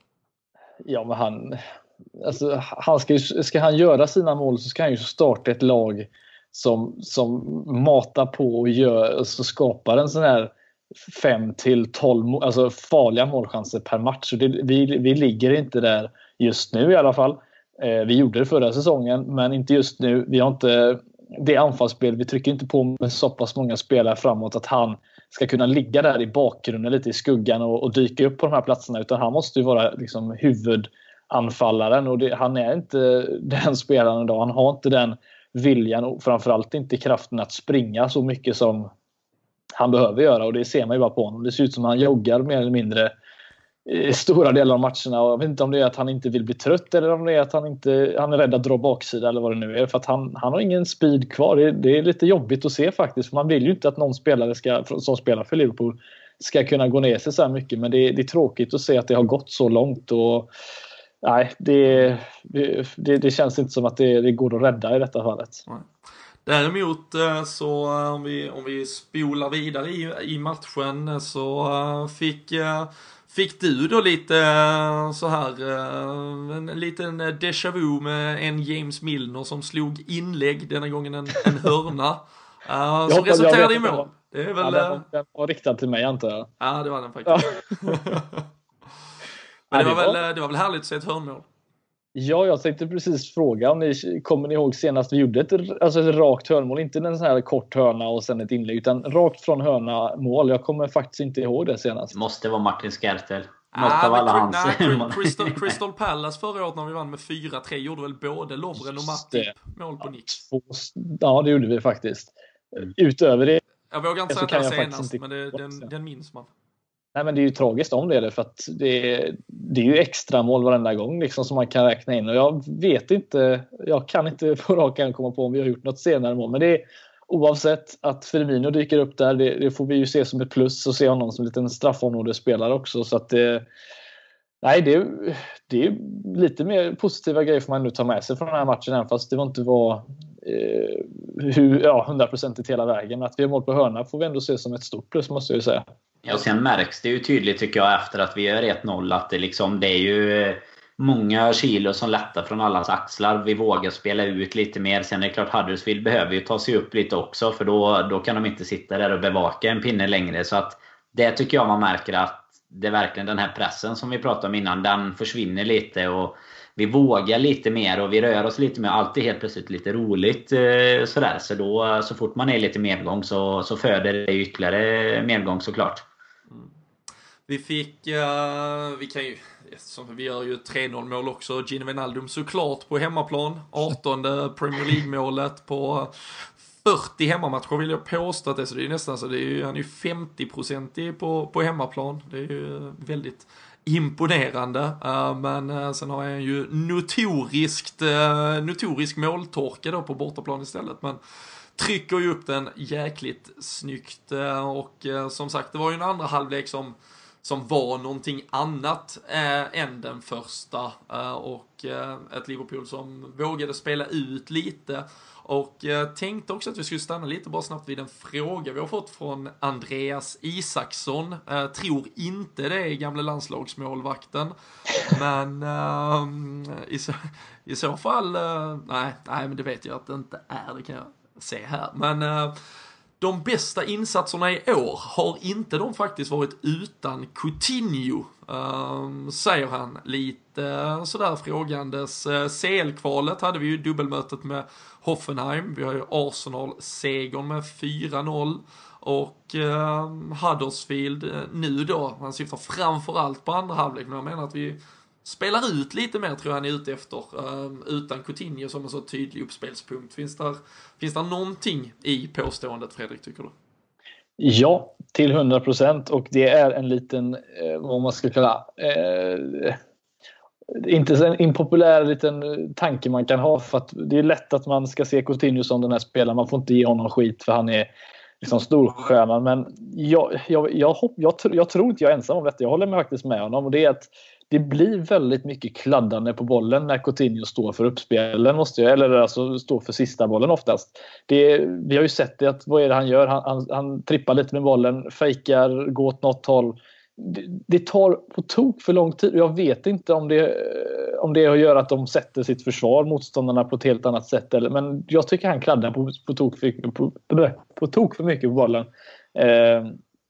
Ja, men han... Alltså, han ska, ska han göra sina mål så ska han ju starta ett lag som, som matar på och gör, alltså skapar en sån här fem till tolv alltså farliga målchanser per match. Så det, vi, vi ligger inte där just nu i alla fall. Eh, vi gjorde det förra säsongen, men inte just nu. Vi har inte det anfallsspel, vi trycker inte på med så pass många spelare framåt att han ska kunna ligga där i bakgrunden lite i skuggan och, och dyka upp på de här platserna, utan han måste ju vara liksom huvud anfallaren, och det, han är inte den spelaren idag. Han har inte den viljan och framförallt inte kraften att springa så mycket som han behöver göra, och det ser man ju bara på honom. Det ser ut som att han joggar mer eller mindre i stora delar av matcherna, och jag vet inte om det är att han inte vill bli trött eller om det är att han inte han är rädd att dra baksida eller vad det nu är, för att han, han har ingen speed kvar. Det, det är lite jobbigt att se faktiskt, för man vill ju inte att någon spelare ska, som spelar för Liverpool ska kunna gå ner sig så här mycket, men det, det är tråkigt att se att det har gått så långt, och nej, det, det, det känns inte som att det, det går att rädda i detta fallet. Nej. Däremot så om vi, om vi spolar vidare i, i matchen så fick, fick du då lite så här en liten déjà vu med en James Milner som slog inlägg, denna gången en, en hörna uh, som resulterade i mål. Det är väl, ja, den, den var riktad till mig, antar jag. Ja, det var den faktiskt. Ja. Men det var, väl, det var väl härligt att se ett hörnmål. Ja, jag tänkte precis fråga om ni kommer ni ihåg senast vi gjorde ett, alltså ett rakt hörnmål, inte en sån här kort hörna och sen ett inlägg, utan rakt från hörna mål. Jag kommer faktiskt inte ihåg det senast. Det måste vara Martin Skertel. Ah, av alla hans. Nej, Crystal, Crystal Palace förra året när vi vann med fyra tre gjorde väl både Lovren och Matip mål på nick. Ja, det gjorde vi faktiskt. Utöver det, jag vågar inte säga att det är senast, men det, den, den minns man. Nej, men det är ju tragiskt om det är det, för att det är, det är ju extra mål varenda gång liksom, som man kan räkna in, och jag vet inte, jag kan inte på rak arm komma på om vi har gjort något senare mål, men det är oavsett att Firmino dyker upp där, det, det får vi ju se som ett plus, och se honom som en liten straffområdesspelare också, så att det, nej, det, det är lite mer positiva grejer får man nu ta med sig från den här matchen, även fast det var inte var eh, hur, ja, hundra procent hela vägen. Att vi har mål på hörna får vi ändå se som ett stort plus, måste jag ju säga. Ja, och sen märks det ju tydligt, tycker jag, efter att vi gör ett noll att det, liksom, det är ju många kilo som lättar från allas axlar. Vi vågar spela ut lite mer. Sen är det klart, Huddersfield behöver ju ta sig upp lite också, för då, då kan de inte sitta där och bevaka en pinne längre. Så att det tycker jag man märker, att det är verkligen den här pressen som vi pratade om innan, den försvinner lite, och vi vågar lite mer och vi rör oss lite mer. Allt är helt plötsligt lite roligt eh, sådär. Så då, så fort man är lite medgång så, så föder det ytterligare medgång, såklart. Vi fick, uh, vi kan ju, vi gör ju tre noll mål också, Gini Wijnaldum såklart på hemmaplan, artonde Premier League-målet på fyrtio hemmamatcher vill jag påstå att det är, så det är ju nästan så, det är ju, han är ju femtio procent på, på hemmaplan, det är ju väldigt imponerande, uh, men uh, sen har jag ju notoriskt, uh, notorisk måltorka då på bortaplan istället, men trycker ju upp den jäkligt snyggt, uh, och uh, som sagt, det var ju en andra halvlek som som var någonting annat äh, än den första, äh, och äh, ett Liverpool som vågade spela ut lite, och äh, tänkte också att vi skulle stanna lite bara snabbt vid en fråga vi har fått från Andreas Isaksson. Äh, tror inte det är gamla landslagsmålvakten, men äh, i, så, i så fall äh, nej, nej, men det vet jag att det inte är, det kan jag se här, men äh, de bästa insatserna i år har inte de faktiskt varit utan Coutinho, um, säger han lite uh, sådär frågandes. Uh, C L-kvalet hade vi ju dubbelmötet med Hoffenheim, vi har ju Arsenal-segern med fyra noll, och uh, Huddersfield uh, nu då, han syftar framförallt på andra halvlek, men jag menar att vi spelar ut lite mer, tror jag han är ute efter, uh, utan Coutinho som en så tydlig uppspelspunkt. Finns där, finns där någonting i påståendet, Fredrik, tycker du? Ja, till hundra procent, och det är en liten, eh, vad man ska kalla, eh, inte en impopulär liten tanke man kan ha, för att det är lätt att man ska se Coutinho som den här spelaren, man får inte ge honom skit för han är liksom storstjärnan, men jag, jag, jag, hopp, jag, jag tror inte jag är ensam om detta, jag håller mig faktiskt med honom, och det är att det blir väldigt mycket kladdande på bollen när Coutinho står för uppspelen, måste jag, eller alltså står för sista bollen oftast. Det, vi har ju sett det, att vad är det han gör? Han, han, han trippar lite med bollen, fejkar, går åt något håll. Det, det tar på tok för lång tid. Jag vet inte om det, om det gör att de sätter sitt försvar, motståndarna, på ett helt annat sätt. Eller, men jag tycker han kladdar på, på, tok, för, på, på, på tok för mycket på bollen. Eh,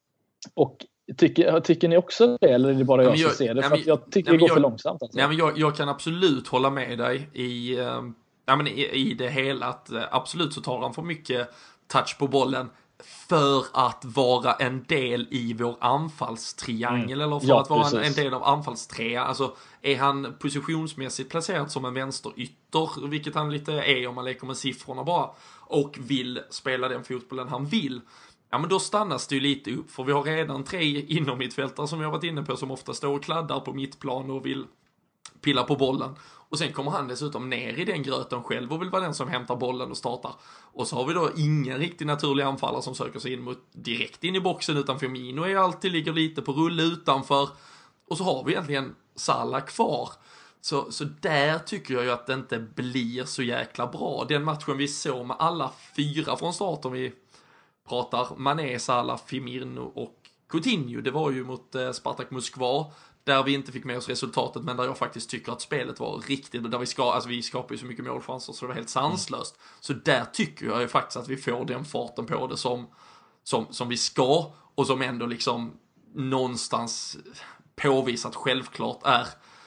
och Tycker, tycker ni också det, eller är det bara jag, jag som ser det? För men, att jag tycker nej, det går jag, för långsamt. Alltså. Nej, men jag, jag kan absolut hålla med dig i, äh, nej, men i, i det hela. Att, äh, absolut så tar han för mycket touch på bollen för att vara en del i vår anfallstriangel, mm. eller för ja, att vara en, en del av anfallstrea. Alltså, är han positionsmässigt placerad som en vänsterytter, vilket han lite är om man leker med siffrorna bara, och vill spela den fotbollen han vill, ja, men då stannas det ju lite upp, för vi har redan tre inom mittfältare som jag varit inne på, som ofta står och kladdar på mittplan och vill pilla på bollen. Och sen kommer han dessutom ner i den gröten själv och vill vara den som hämtar bollen och startar. Och så har vi då ingen riktigt naturlig anfallare som söker sig in mot, direkt in i boxen, utan Firmino är alltid, ligger lite på rulle utanför. Och så har vi egentligen Salah kvar. Så, så där tycker jag ju att det inte blir så jäkla bra. Den matchen vi såg med alla fyra från start, om vi pratar Mané, Salah, Firmino och Coutinho, det var ju mot eh, Spartak Moskva, där vi inte fick med oss resultatet, men där jag faktiskt tycker att spelet var riktigt, och där vi ska, alltså vi skapar ju så mycket målchanser så det var helt sanslöst. Mm. Så där tycker jag ju faktiskt att vi får den farten på det som, som, som vi ska, och som ändå liksom någonstans påvisat självklart är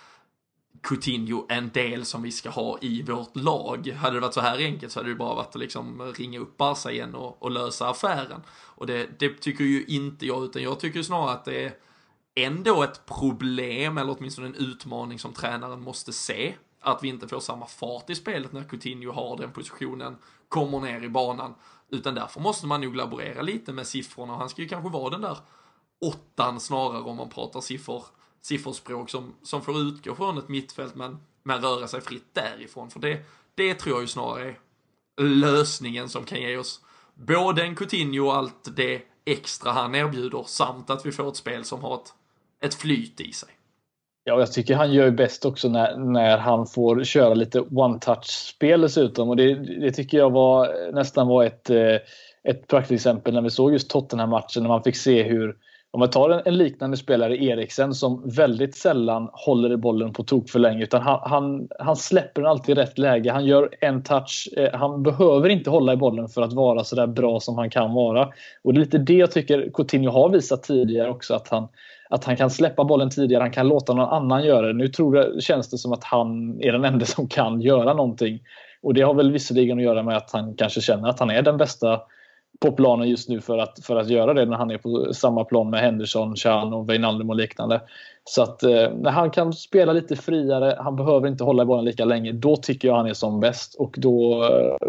Coutinho en del som vi ska ha i vårt lag. Hade det varit så här enkelt så hade det bara varit att liksom ringa upp Barca igen och, och lösa affären. Och det, det tycker ju inte jag, utan jag tycker snarare att det är ändå ett problem, eller åtminstone en utmaning som tränaren måste se, att vi inte får samma fart i spelet när Coutinho har den positionen, kommer ner i banan, utan därför måste man nog laborera lite med siffrorna. Han ska ju kanske vara den där åttan snarare, om man pratar siffror sifferspråk som, som får utgå från ett mittfält, men, men röra sig fritt därifrån. För det, det tror jag ju snarare är lösningen som kan ge oss både en Coutinho och allt det extra han erbjuder, samt att vi får ett spel som har ett, ett flyt i sig. Ja, jag tycker han gör bäst också när, när han får köra lite one-touch-spel dessutom. Och det, det tycker jag var nästan var ett, ett praktexempel när vi såg just Tottenham-matchen, när man fick se hur, om man tar en, en liknande spelare, Eriksen, som väldigt sällan håller i bollen på tok för länge, utan han, han, han släpper den alltid i rätt läge. Han gör en touch. Eh, han behöver inte hålla i bollen för att vara så där bra som han kan vara. Och det är lite det jag tycker Coutinho har visat tidigare också, att han, att han kan släppa bollen tidigare. Han kan låta någon annan göra det. Nu tror jag, känns det som att han är den enda som kan göra någonting. Och det har väl visserligen att göra med att han kanske känner att han är den bästa på planen just nu för att, för att göra det när han är på samma plan med Henderson, Chan och Wijnaldum och liknande. Så att eh, när han kan spela lite friare, han behöver inte hålla i bollen lika länge, då tycker jag han är som bäst. Och då, eh,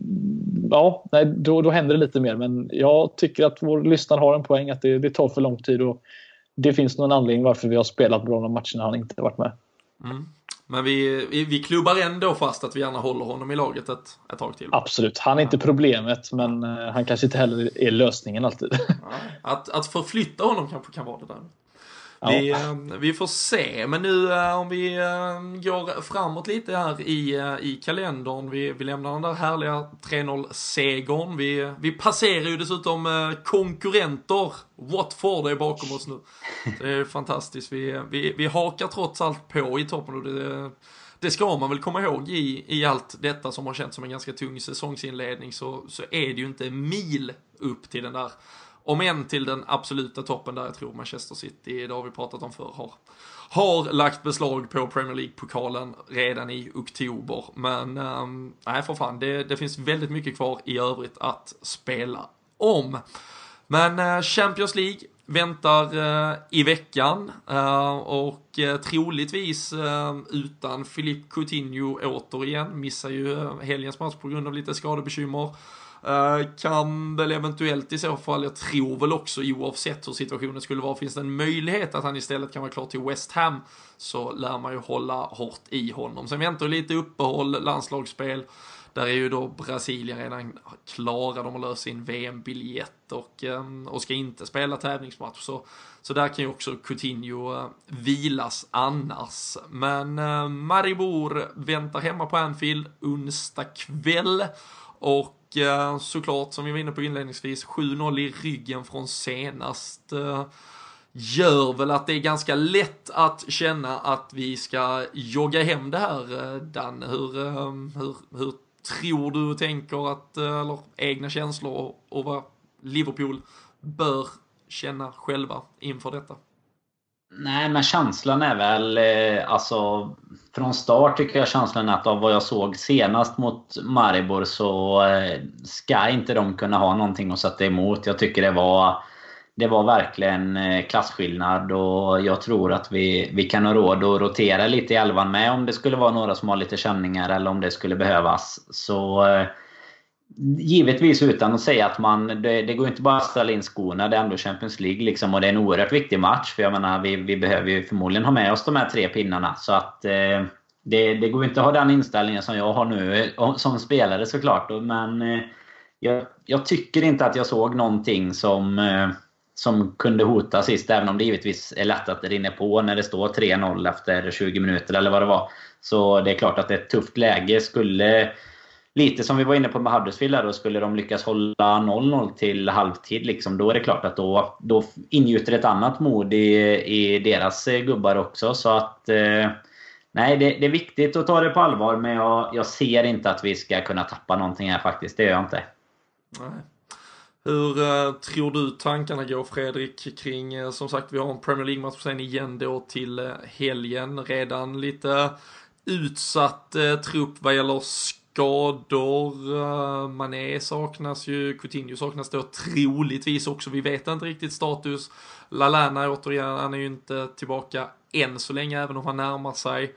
ja, nej, då, då händer det lite mer. Men jag tycker att vår lyssnare har en poäng att det, det tar för lång tid och det finns någon anledning varför vi har spelat bra de matcherna han inte varit med. Mm. Men vi, vi, vi klubbar ändå fast att vi gärna håller honom i laget ett, ett tag till. Absolut, han är inte problemet, men uh, han kanske inte heller är lösningen alltid. Ja, att, att förflytta honom kanske kan vara det där. Ja. Vi, vi får se, men nu om vi går framåt lite här i, i kalendern, vi, vi lämnar den där härliga tre noll-segern, vi, vi passerar ju dessutom konkurrenter, Watford är bakom oss nu. Det är fantastiskt, vi, vi, vi hakar trots allt på i toppen och det, det ska man väl komma ihåg i, i allt detta som har känts som en ganska tung säsongsinledning, så, så är det ju inte mil upp till den där, om än till den absoluta toppen där jag tror Manchester City, det har vi pratat om förr, har, har lagt beslag på Premier League-pokalen redan i oktober. Men um, nej för fan, det, det finns väldigt mycket kvar i övrigt att spela om. Men uh, Champions League väntar uh, i veckan uh, och uh, troligtvis uh, utan Philippe Coutinho återigen, missar ju uh, helgens match på grund av lite skadebekymmer. Uh, kan väl eventuellt i så fall, jag tror väl också oavsett hur situationen skulle vara, finns det en möjlighet att han istället kan vara klar till West Ham, så lär man ju hålla hårt i honom. Sen väntar lite uppehåll, landslagsspel, där är ju då Brasilien redan klara, de har löst sin V M-biljett och, um, och ska inte spela tävlingsmatch, så, så där kan ju också Coutinho uh, vilas annars. Men uh, Maribor väntar hemma på Anfield onsdag kväll och uh, såklart som vi var inne på inledningsvis, sju noll i ryggen från senast uh, gör väl att det är ganska lätt att känna att vi ska jogga hem det här. uh, Dan, hur, uh, hur, hur tror du och tänker att, uh, eller egna känslor och, och vad Liverpool bör känna själva inför detta? Nej, men känslan är väl eh, alltså från start tycker jag känslan är att av vad jag såg senast mot Maribor så eh, ska inte de kunna ha någonting att sätta emot. Jag tycker det var det var verkligen eh, klassskillnad och jag tror att vi, vi kan ha råd att rotera lite i elvan med om det skulle vara några som har lite känningar eller om det skulle behövas. Så eh, givetvis utan att säga att man det, det går inte bara att ställa in skorna, det är ändå Champions League liksom, och det är en oerhört viktig match, för jag menar vi, vi behöver ju förmodligen ha med oss de här tre pinnarna, så att eh, det, det går inte att ha den inställningen som jag har nu som spelare såklart, men eh, jag, jag tycker inte att jag såg någonting som eh, som kunde hota sist, även om det givetvis är lätt att det rinner på när det står tre noll efter tjugo minuter eller vad det var. Så det är klart att ett tufft läge skulle, lite som vi var inne på med Huddersfield där, då skulle de lyckas hålla noll noll till halvtid liksom, då är det klart att då, då ingjuter ett annat mod i, i deras gubbar också. Så att eh, nej, det, det är viktigt att ta det på allvar, men jag, jag ser inte att vi ska kunna tappa någonting här faktiskt, det gör jag inte. Nej. Hur uh, tror du tankarna går, Fredrik, kring, uh, som sagt vi har en Premier League-match sen igen då till uh, helgen, redan lite utsatt uh, trupp vad gäller skador, uh, Mané saknas ju, Coutinho saknas då troligtvis också, vi vet inte riktigt status, Lallana återigen, han är ju inte tillbaka än så länge även om han närmar sig.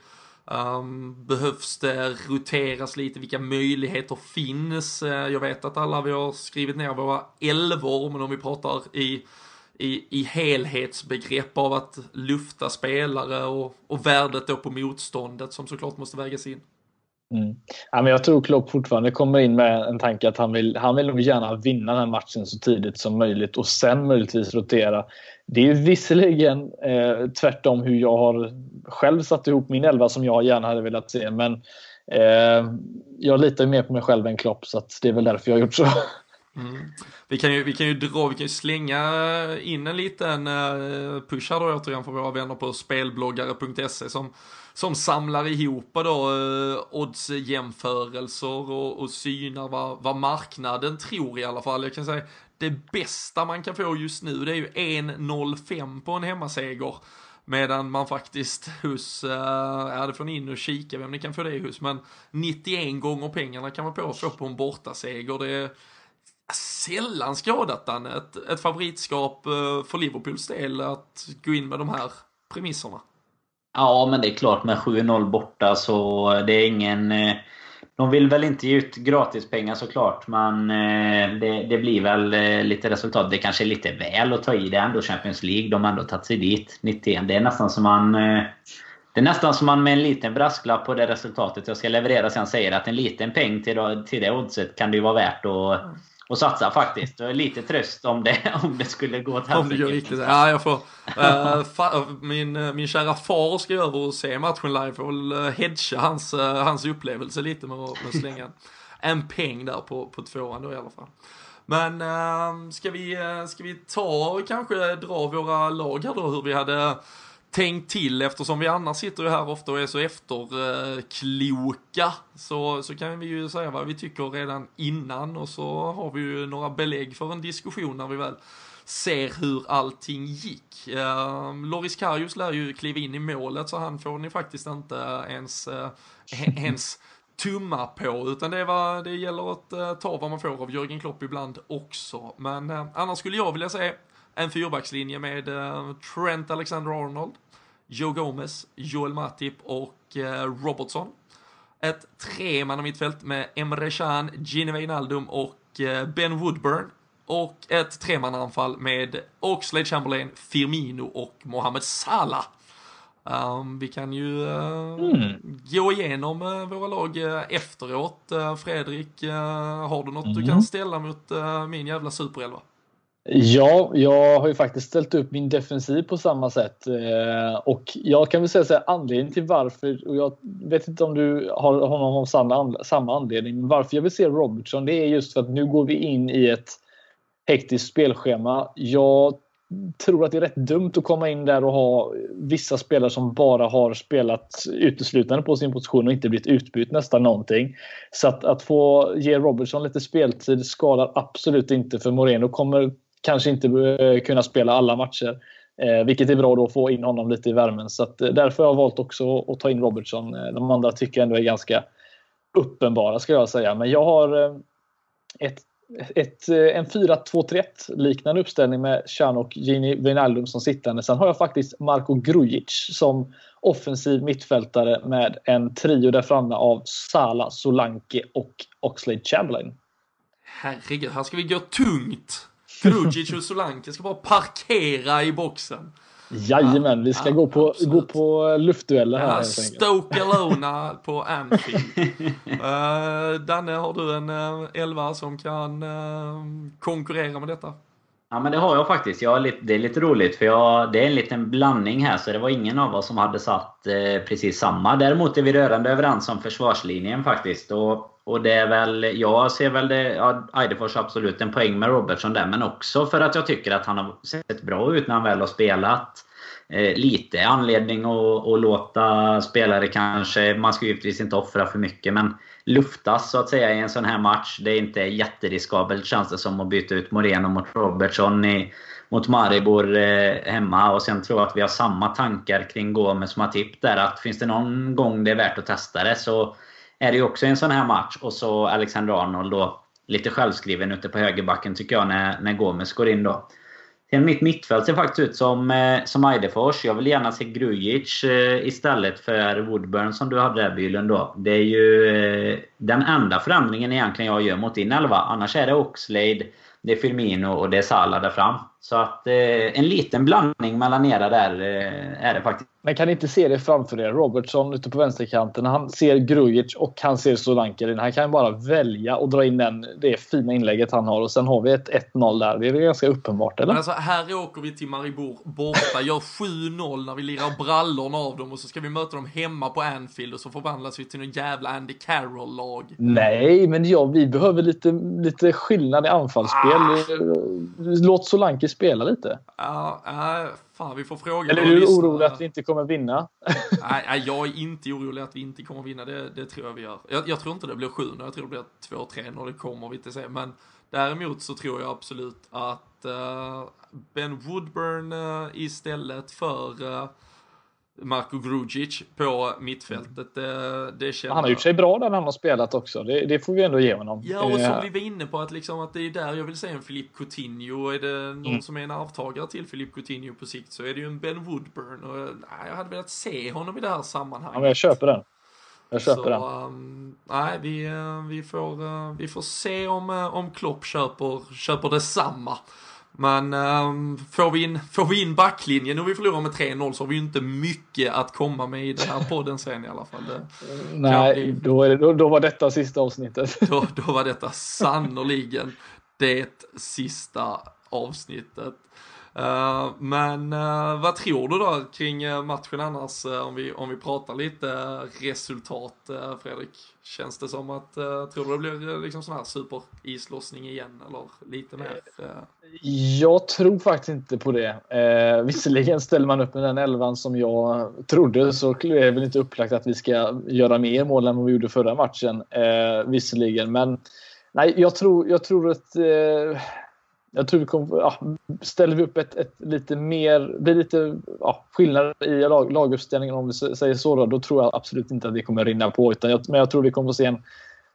Um, behövs det roteras lite, vilka möjligheter finns? uh, jag vet att alla vi har skrivit ner våra elvor, men om vi pratar i, i, i helhetsbegrepp av att lufta spelare och, och värdet då på motståndet som såklart måste vägas in. Mm. Ja, men jag tror Klopp fortfarande kommer in med en tanke att han vill, han vill nog gärna vinna den här matchen så tidigt som möjligt och sen möjligtvis rotera. Det är ju visserligen eh, tvärtom hur jag har själv satt ihop min elva som jag gärna hade velat se, men eh, jag litar mer på mig själv än Klopp, så att det är väl därför jag har gjort så. Mm. Vi kan ju, vi kan ju dra, vi kan ju slänga in en liten uh, push här då återigen för våra vänner på spelbloggare punkt se som, som samlar ihop då uh, oddsjämförelser och, och synar vad, vad marknaden tror i alla fall. Jag kan säga det bästa man kan få just nu det är ju en komma noll fem på en hemmaseger. Medan man faktiskt hos, uh, ja det får ni in och kika vem ni kan få det hos, men nittioen gånger pengarna kan man på få på en bortaseger. Det är Sällan skadat han ett, ett favoritskap för Liverpools del att gå in med de här premisserna. Ja, men det är klart med sju noll borta så det är ingen... De vill väl inte ge ut gratispengar såklart, men det, det blir väl lite resultat. Det kanske är lite väl att ta i det ändå, Champions League. De har ändå tagit sig dit, nittioen. Det är nästan som man... Det är nästan som man med en liten brasklapp på det resultatet jag ska leverera sen säger att en liten peng till, till det oddset kan det ju vara värt att... Och satsa faktiskt. Och lite tröst om det, om det skulle gå till om det går riktigt. Ja, jag får... Uh, fa, min, min kära far ska över och se matchen live. Jag får väl hedga hans, uh, hans upplevelse lite med, med slänga en peng där på, på tvåan då i alla fall. Men uh, ska, vi, uh, ska vi ta och kanske dra våra lag här då, hur vi hade... tänk till, eftersom vi annars sitter ju här ofta och är så efterkloka, så, så kan vi ju säga vad vi tycker redan innan, och så har vi ju några belägg för en diskussion när vi väl ser hur allting gick. Uh, Loris Karius lär ju kliva in i målet, så han får ni faktiskt inte ens, uh, ens tumma på, utan det, var, det gäller att uh, ta vad man får av Jürgen Klopp ibland också. Men uh, annars skulle jag vilja säga en fyrbackslinje med uh, Trent Alexander-Arnold, Joe Gomez, Joel Matip och uh, Robertson. Ett tremanna mittfält med Emre Can, Gini Wijnaldum och uh, Ben Woodburn. Och ett tremannaanfall med Oxlade-Chamberlain, Firmino och Mohamed Salah. Um, vi kan ju uh, mm. gå igenom uh, våra lag uh, efteråt. Uh, Fredrik, uh, har du något mm. du kan ställa mot uh, min jävla superelva? Ja, jag har ju faktiskt ställt upp min defensiv på samma sätt. Och jag kan väl säga så här, anledningen till varför, och jag vet inte om du har honom av samma, samma anledning, men varför jag vill se Robertson, det är just för att nu går vi in i ett hektiskt spelschema. Jag tror att det är rätt dumt att komma in där och ha vissa spelare som bara har spelat uteslutande på sin position och inte blivit utbytt nästan någonting. Så att, att få ge Robertson lite speltid skadar absolut inte, för Moreno kommer kanske inte kunna spela alla matcher, eh, vilket är bra då att få in honom lite i värmen. Så att, därför har jag valt också att ta in Robertson. De andra tycker jag ändå är ganska uppenbara, ska jag säga. Men jag har ett, ett, en fyra två tre ett liknande uppställning med Can och Gini Wijnaldum som sittande. Sen har jag faktiskt Marko Grujic som offensiv mittfältare med en trio där framme av Salah, Solanke och Oxlade-Chamberlain. Herregud, här ska vi gå tungt. Grujic och Solanke ska bara parkera i boxen. Jajamän, vi ska ja, gå, på, gå på luftdueller här. Ja, Stoke Alona på Anfield. uh, Danne, har du en uh, elva som kan uh, konkurrera med detta? Ja, men det har jag faktiskt. Jag är lite, det är lite roligt, för jag, det är en liten blandning här, så det var ingen av oss som hade satt eh, precis samma. Däremot är vi rörande överens om försvarslinjen faktiskt. Och Och det är väl, jag ser väl det, ja, Eidefors absolut en poäng med Robertson där, men också för att jag tycker att han har sett bra ut när han väl har spelat. Eh, lite anledning att, att låta spelare kanske, man ska givetvis inte offra för mycket, men luftas så att säga i en sån här match. Det är inte jätteriskabelt, känns det som, att byta ut Moreno mot Robertson i, mot Maribor eh, hemma. Och sen tror jag att vi har samma tankar kring Gomes Matip där, att finns det någon gång det är värt att testa det, så är det ju också en sån här match. Och så Alexander Arnold då, lite självskriven ute på högerbacken tycker jag, när, när Gomes går in då. Sen mitt mittfält ser faktiskt ut som, eh, som Eidefors. Jag vill gärna se Grujic eh, istället för Woodburn som du hade där, Bylund då. Det är ju eh, den enda förändringen egentligen jag gör mot din elva. Annars är det Oxlade, det är Firmino och det är Salah där fram. Så att eh, en liten blandning mellan era där eh, är det faktiskt. Men kan inte se det framför er. Robertson ute på vänsterkanten, han ser Grujic och han ser Solanke. Han kan bara välja och dra in den, det fina inlägget han har. Och sen har vi ett ett noll där. Det är ganska uppenbart, eller? Men alltså, här åker vi till Maribor borta, gör sju noll när vi lirar brallorna av dem. Och så ska vi möta dem hemma på Anfield. Och så förvandlas vi till någon jävla Andy Carroll-lag. Nej, men ja, vi behöver lite, lite skillnad i anfallsspel. Ah. Låt Solanke spela lite. Ja, uh, uh, fan, vi får fråga. Eller är du orolig att vi inte kommer vinna? Nej, nej, jag är inte orolig att vi inte kommer vinna. Det, det tror jag vi gör. Jag, jag tror inte det blir sju, jag tror det blir två tre när det kommer vi inte se. Men däremot så tror jag absolut att uh, Ben Woodburn uh, istället för uh, Marko Grujic på mittfältet. Det, det känner... Han har gjort sig bra där han har spelat också. Det, det får vi ändå ge honom. Ja, och som vi var inne på att, liksom, att det är där jag vill säga en Philippe Coutinho. Är det någon mm. som är en avtagare till Philippe Coutinho på sikt, så är det ju en Ben Woodburn. Och, nej, jag hade velat se honom i det här sammanhanget. Ja, men jag köper den. Jag köper så, den. Um, nej, vi, vi, får, uh, vi får se om, uh, om Klopp köper, köper detsamma. Men um, får, vi in, får vi in backlinjen och vi förlorar med tre noll, så har vi ju inte mycket att komma med i den här podden sen i alla fall. Det Nej, bli... då, är det, då, då var detta sista avsnittet. Då, då var detta sannoliken det sista avsnittet. Uh, men uh, vad tror du då kring uh, matchen annars, uh, om, vi, om vi pratar lite uh, resultat, uh, Fredrik? Känns det som att, uh, tror du det blir uh, liksom sån här super-islossning igen, eller lite mer? Uh... Jag tror faktiskt inte på det. Uh, visserligen ställer man upp med den elvan som jag trodde, så är det väl inte upplagt att vi ska göra mer mål än vad vi gjorde förra matchen. Uh, visserligen, men nej, jag tror, jag tror att uh, Jag tror vi kommer, ja, ställer vi upp ett, ett lite mer, blir lite ja, skillnad i lag, laguppställningen, om vi säger så då, då tror jag absolut inte att det kommer rinna på, utan jag, men jag tror vi kommer att se en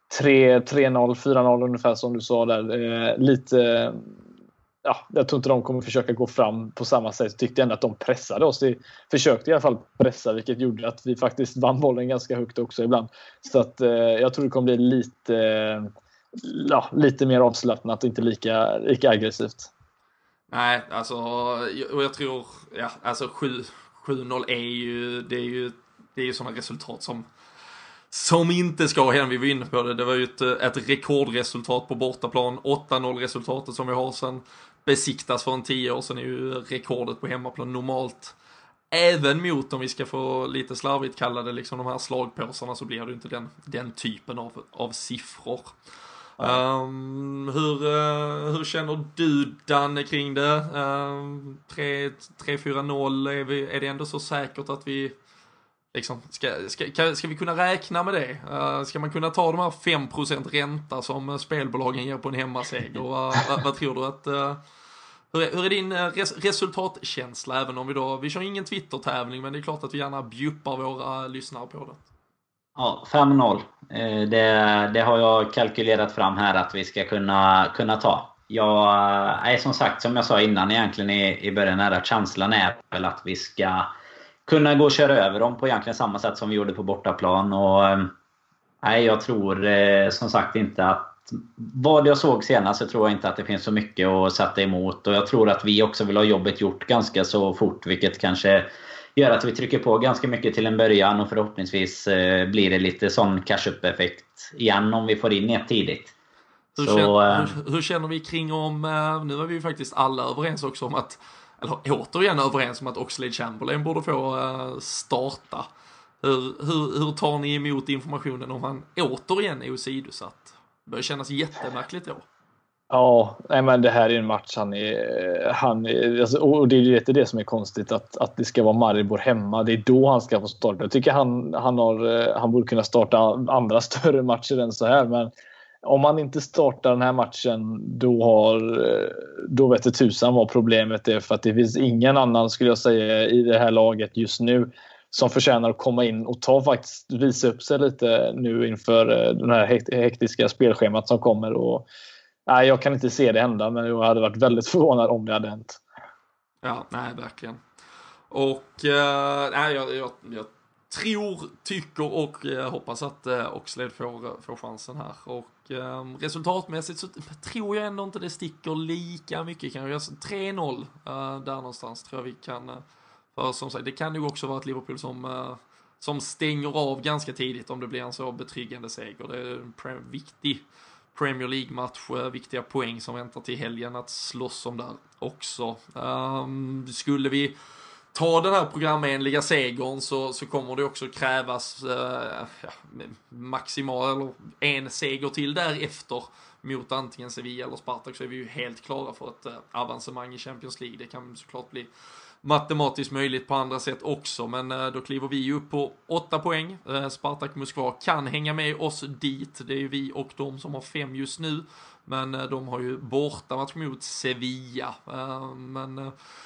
tre noll, fyra noll ungefär som du sa där. Eh, lite, ja, jag tror inte de kommer försöka gå fram på samma sätt. Jag tyckte ändå att de pressade oss. De försökte i alla fall pressa, vilket gjorde att vi faktiskt vann bollen ganska högt också ibland. Så att eh, jag tror det kommer bli lite... Eh, Ja, lite mer avslappnat och inte lika, lika aggressivt. Nej, alltså, och jag tror, ja, alltså sju noll är ju, det är ju, det är ju sådana resultat som, som inte ska hända. Vi var inne på det, det var ju ett, ett rekordresultat på bortaplan. åtta noll resultatet som vi har sedan besiktas för en tio år sedan är ju rekordet på hemmaplan normalt. Även mot, om vi ska få lite slarvigt kalla det, liksom de här slagpåsarna, så blir det inte den, den typen av, av siffror. Um, hur, uh, hur känner du, Danne, kring det? Um, tre fyra noll, är, vi, är det ändå så säkert att vi liksom, ska, ska, ska vi kunna räkna med det? Uh, ska man kunna ta de här fem procent ränta som spelbolagen ger på en hemmaseger? Och, uh, vad, vad tror du att... Uh, hur, är, hur är din res, resultatkänsla? Även om vi då, vi kör ingen Twitter-tävling, men det är klart att vi gärna bjuppar våra lyssnare på det. Ja, fem noll. Det, det har jag kalkylerat fram här att vi ska kunna, kunna ta. Jag är som sagt, som jag sa innan egentligen i, i början, här, att känslan är väl att vi ska kunna gå och köra över dem på egentligen samma sätt som vi gjorde på bortaplan. Och nej, jag tror som sagt inte att, vad jag såg senast, så tror jag inte att det finns så mycket att sätta emot. Och jag tror att vi också vill ha jobbet gjort ganska så fort, vilket kanske gör att vi trycker på ganska mycket till en början, och förhoppningsvis eh, blir det lite sån cash-up-effekt igen om vi får in ett tidigt. Hur, så, känner, eh, hur, hur känner vi kring om, eh, nu är vi ju faktiskt alla överens också om att, eller återigen överens om att Oxlade-Chamberlain borde få eh, starta. Hur, hur, hur tar ni emot informationen om han återigen är åsidosatt? Det börjar kännas jättemärkligt då. Ja, nej, men det här är en match han är, han är, alltså, och det är ju det som är konstigt, att, att det ska vara Maribor hemma. Det är då han ska få starta. Jag tycker han, han, har, han borde kunna starta andra större matcher än så här, men om han inte startar den här matchen, då har då vet det tusan vad problemet är, för att det finns ingen annan, skulle jag säga, i det här laget just nu som förtjänar att komma in och ta faktiskt visa upp sig lite nu inför den här hektiska spelschemat som kommer. Och nej, jag kan inte se det hända, men jag hade varit väldigt förvånad om det hade hänt. Ja, nej, verkligen. Och eh, nej, jag, jag, jag tror, tycker och eh, hoppas att eh, Oxlade får, får chansen här. Och eh, resultatmässigt så tror jag ändå inte det sticker lika mycket. Kan jag tre noll eh, där någonstans tror jag vi kan. Eh, för som sagt, det kan ju också vara ett Liverpool som, eh, som stänger av ganska tidigt om det blir en så betryggande seger. Det är en pre- viktig Premier League-match, viktiga poäng som väntar till helgen att slåss om där också. Um, skulle vi ta den här programenliga segern, så, så kommer det också krävas uh, ja, maximal eller en seger till därefter mot antingen Sevilla eller Spartak, så är vi ju helt klara för ett uh, avancemang i Champions League. Det kan såklart bli matematiskt möjligt på andra sätt också, men eh, då kliver vi upp på åtta poäng. eh, Spartak Moskva kan hänga med oss dit, det är ju vi och de som har fem just nu, men eh, de har ju borta match mot Sevilla. eh, men eh,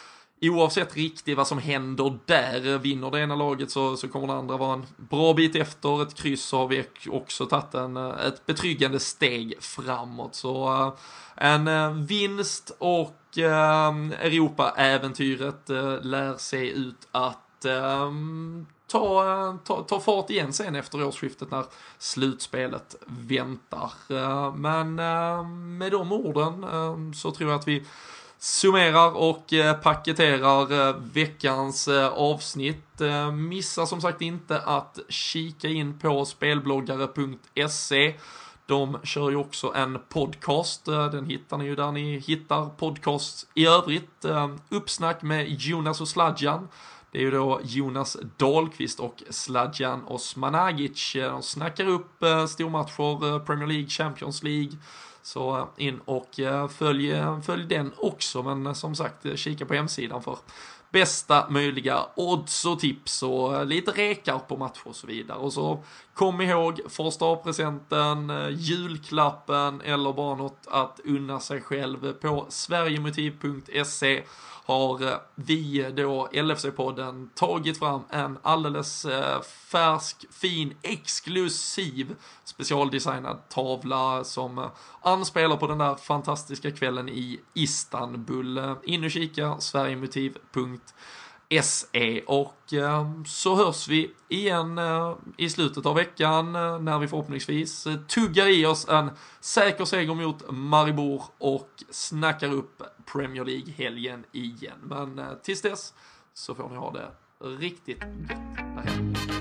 oavsett riktigt vad som händer där, vinner det ena laget så, så kommer det andra vara en bra bit efter. Ett kryss har vi också tagit en, ett betryggande steg framåt. Så uh, en uh, vinst och uh, Europa-äventyret uh, lär sig ut att uh, ta, uh, ta, ta fart igen sen efter årsskiftet när slutspelet väntar. Uh, men uh, med de orden uh, så tror jag att vi summerar och eh, paketerar eh, veckans eh, avsnitt. Eh, missa som sagt inte att kika in på spelbloggare punkt se. De kör ju också en podcast. Eh, den hittar ni ju där ni hittar podcasts i övrigt. Eh, uppsnack med Jonas och Sladjan. Det är ju då Jonas Dahlqvist och Sladjan Osmanagic. De snackar upp eh, stormatcher, eh, Premier League, Champions League. Så in och följ, följ den också, men som sagt kika på hemsidan för bästa möjliga odds och tips och lite rekar på matcher och så vidare. Och så kom ihåg första A-presenten, julklappen eller bara något att unna sig själv på sverigemotiv punkt se. Har vi då L F C-podden tagit fram en alldeles färsk, fin, exklusiv specialdesignad tavla som anspelar på den där fantastiska kvällen i Istanbul. In och kika sverigemotiv punkt se och så hörs vi igen i slutet av veckan när vi förhoppningsvis tuggar i oss en säker seger mot Maribor och snackar upp Premier League-helgen igen. Men tills dess så får ni ha det riktigt gött där hemma.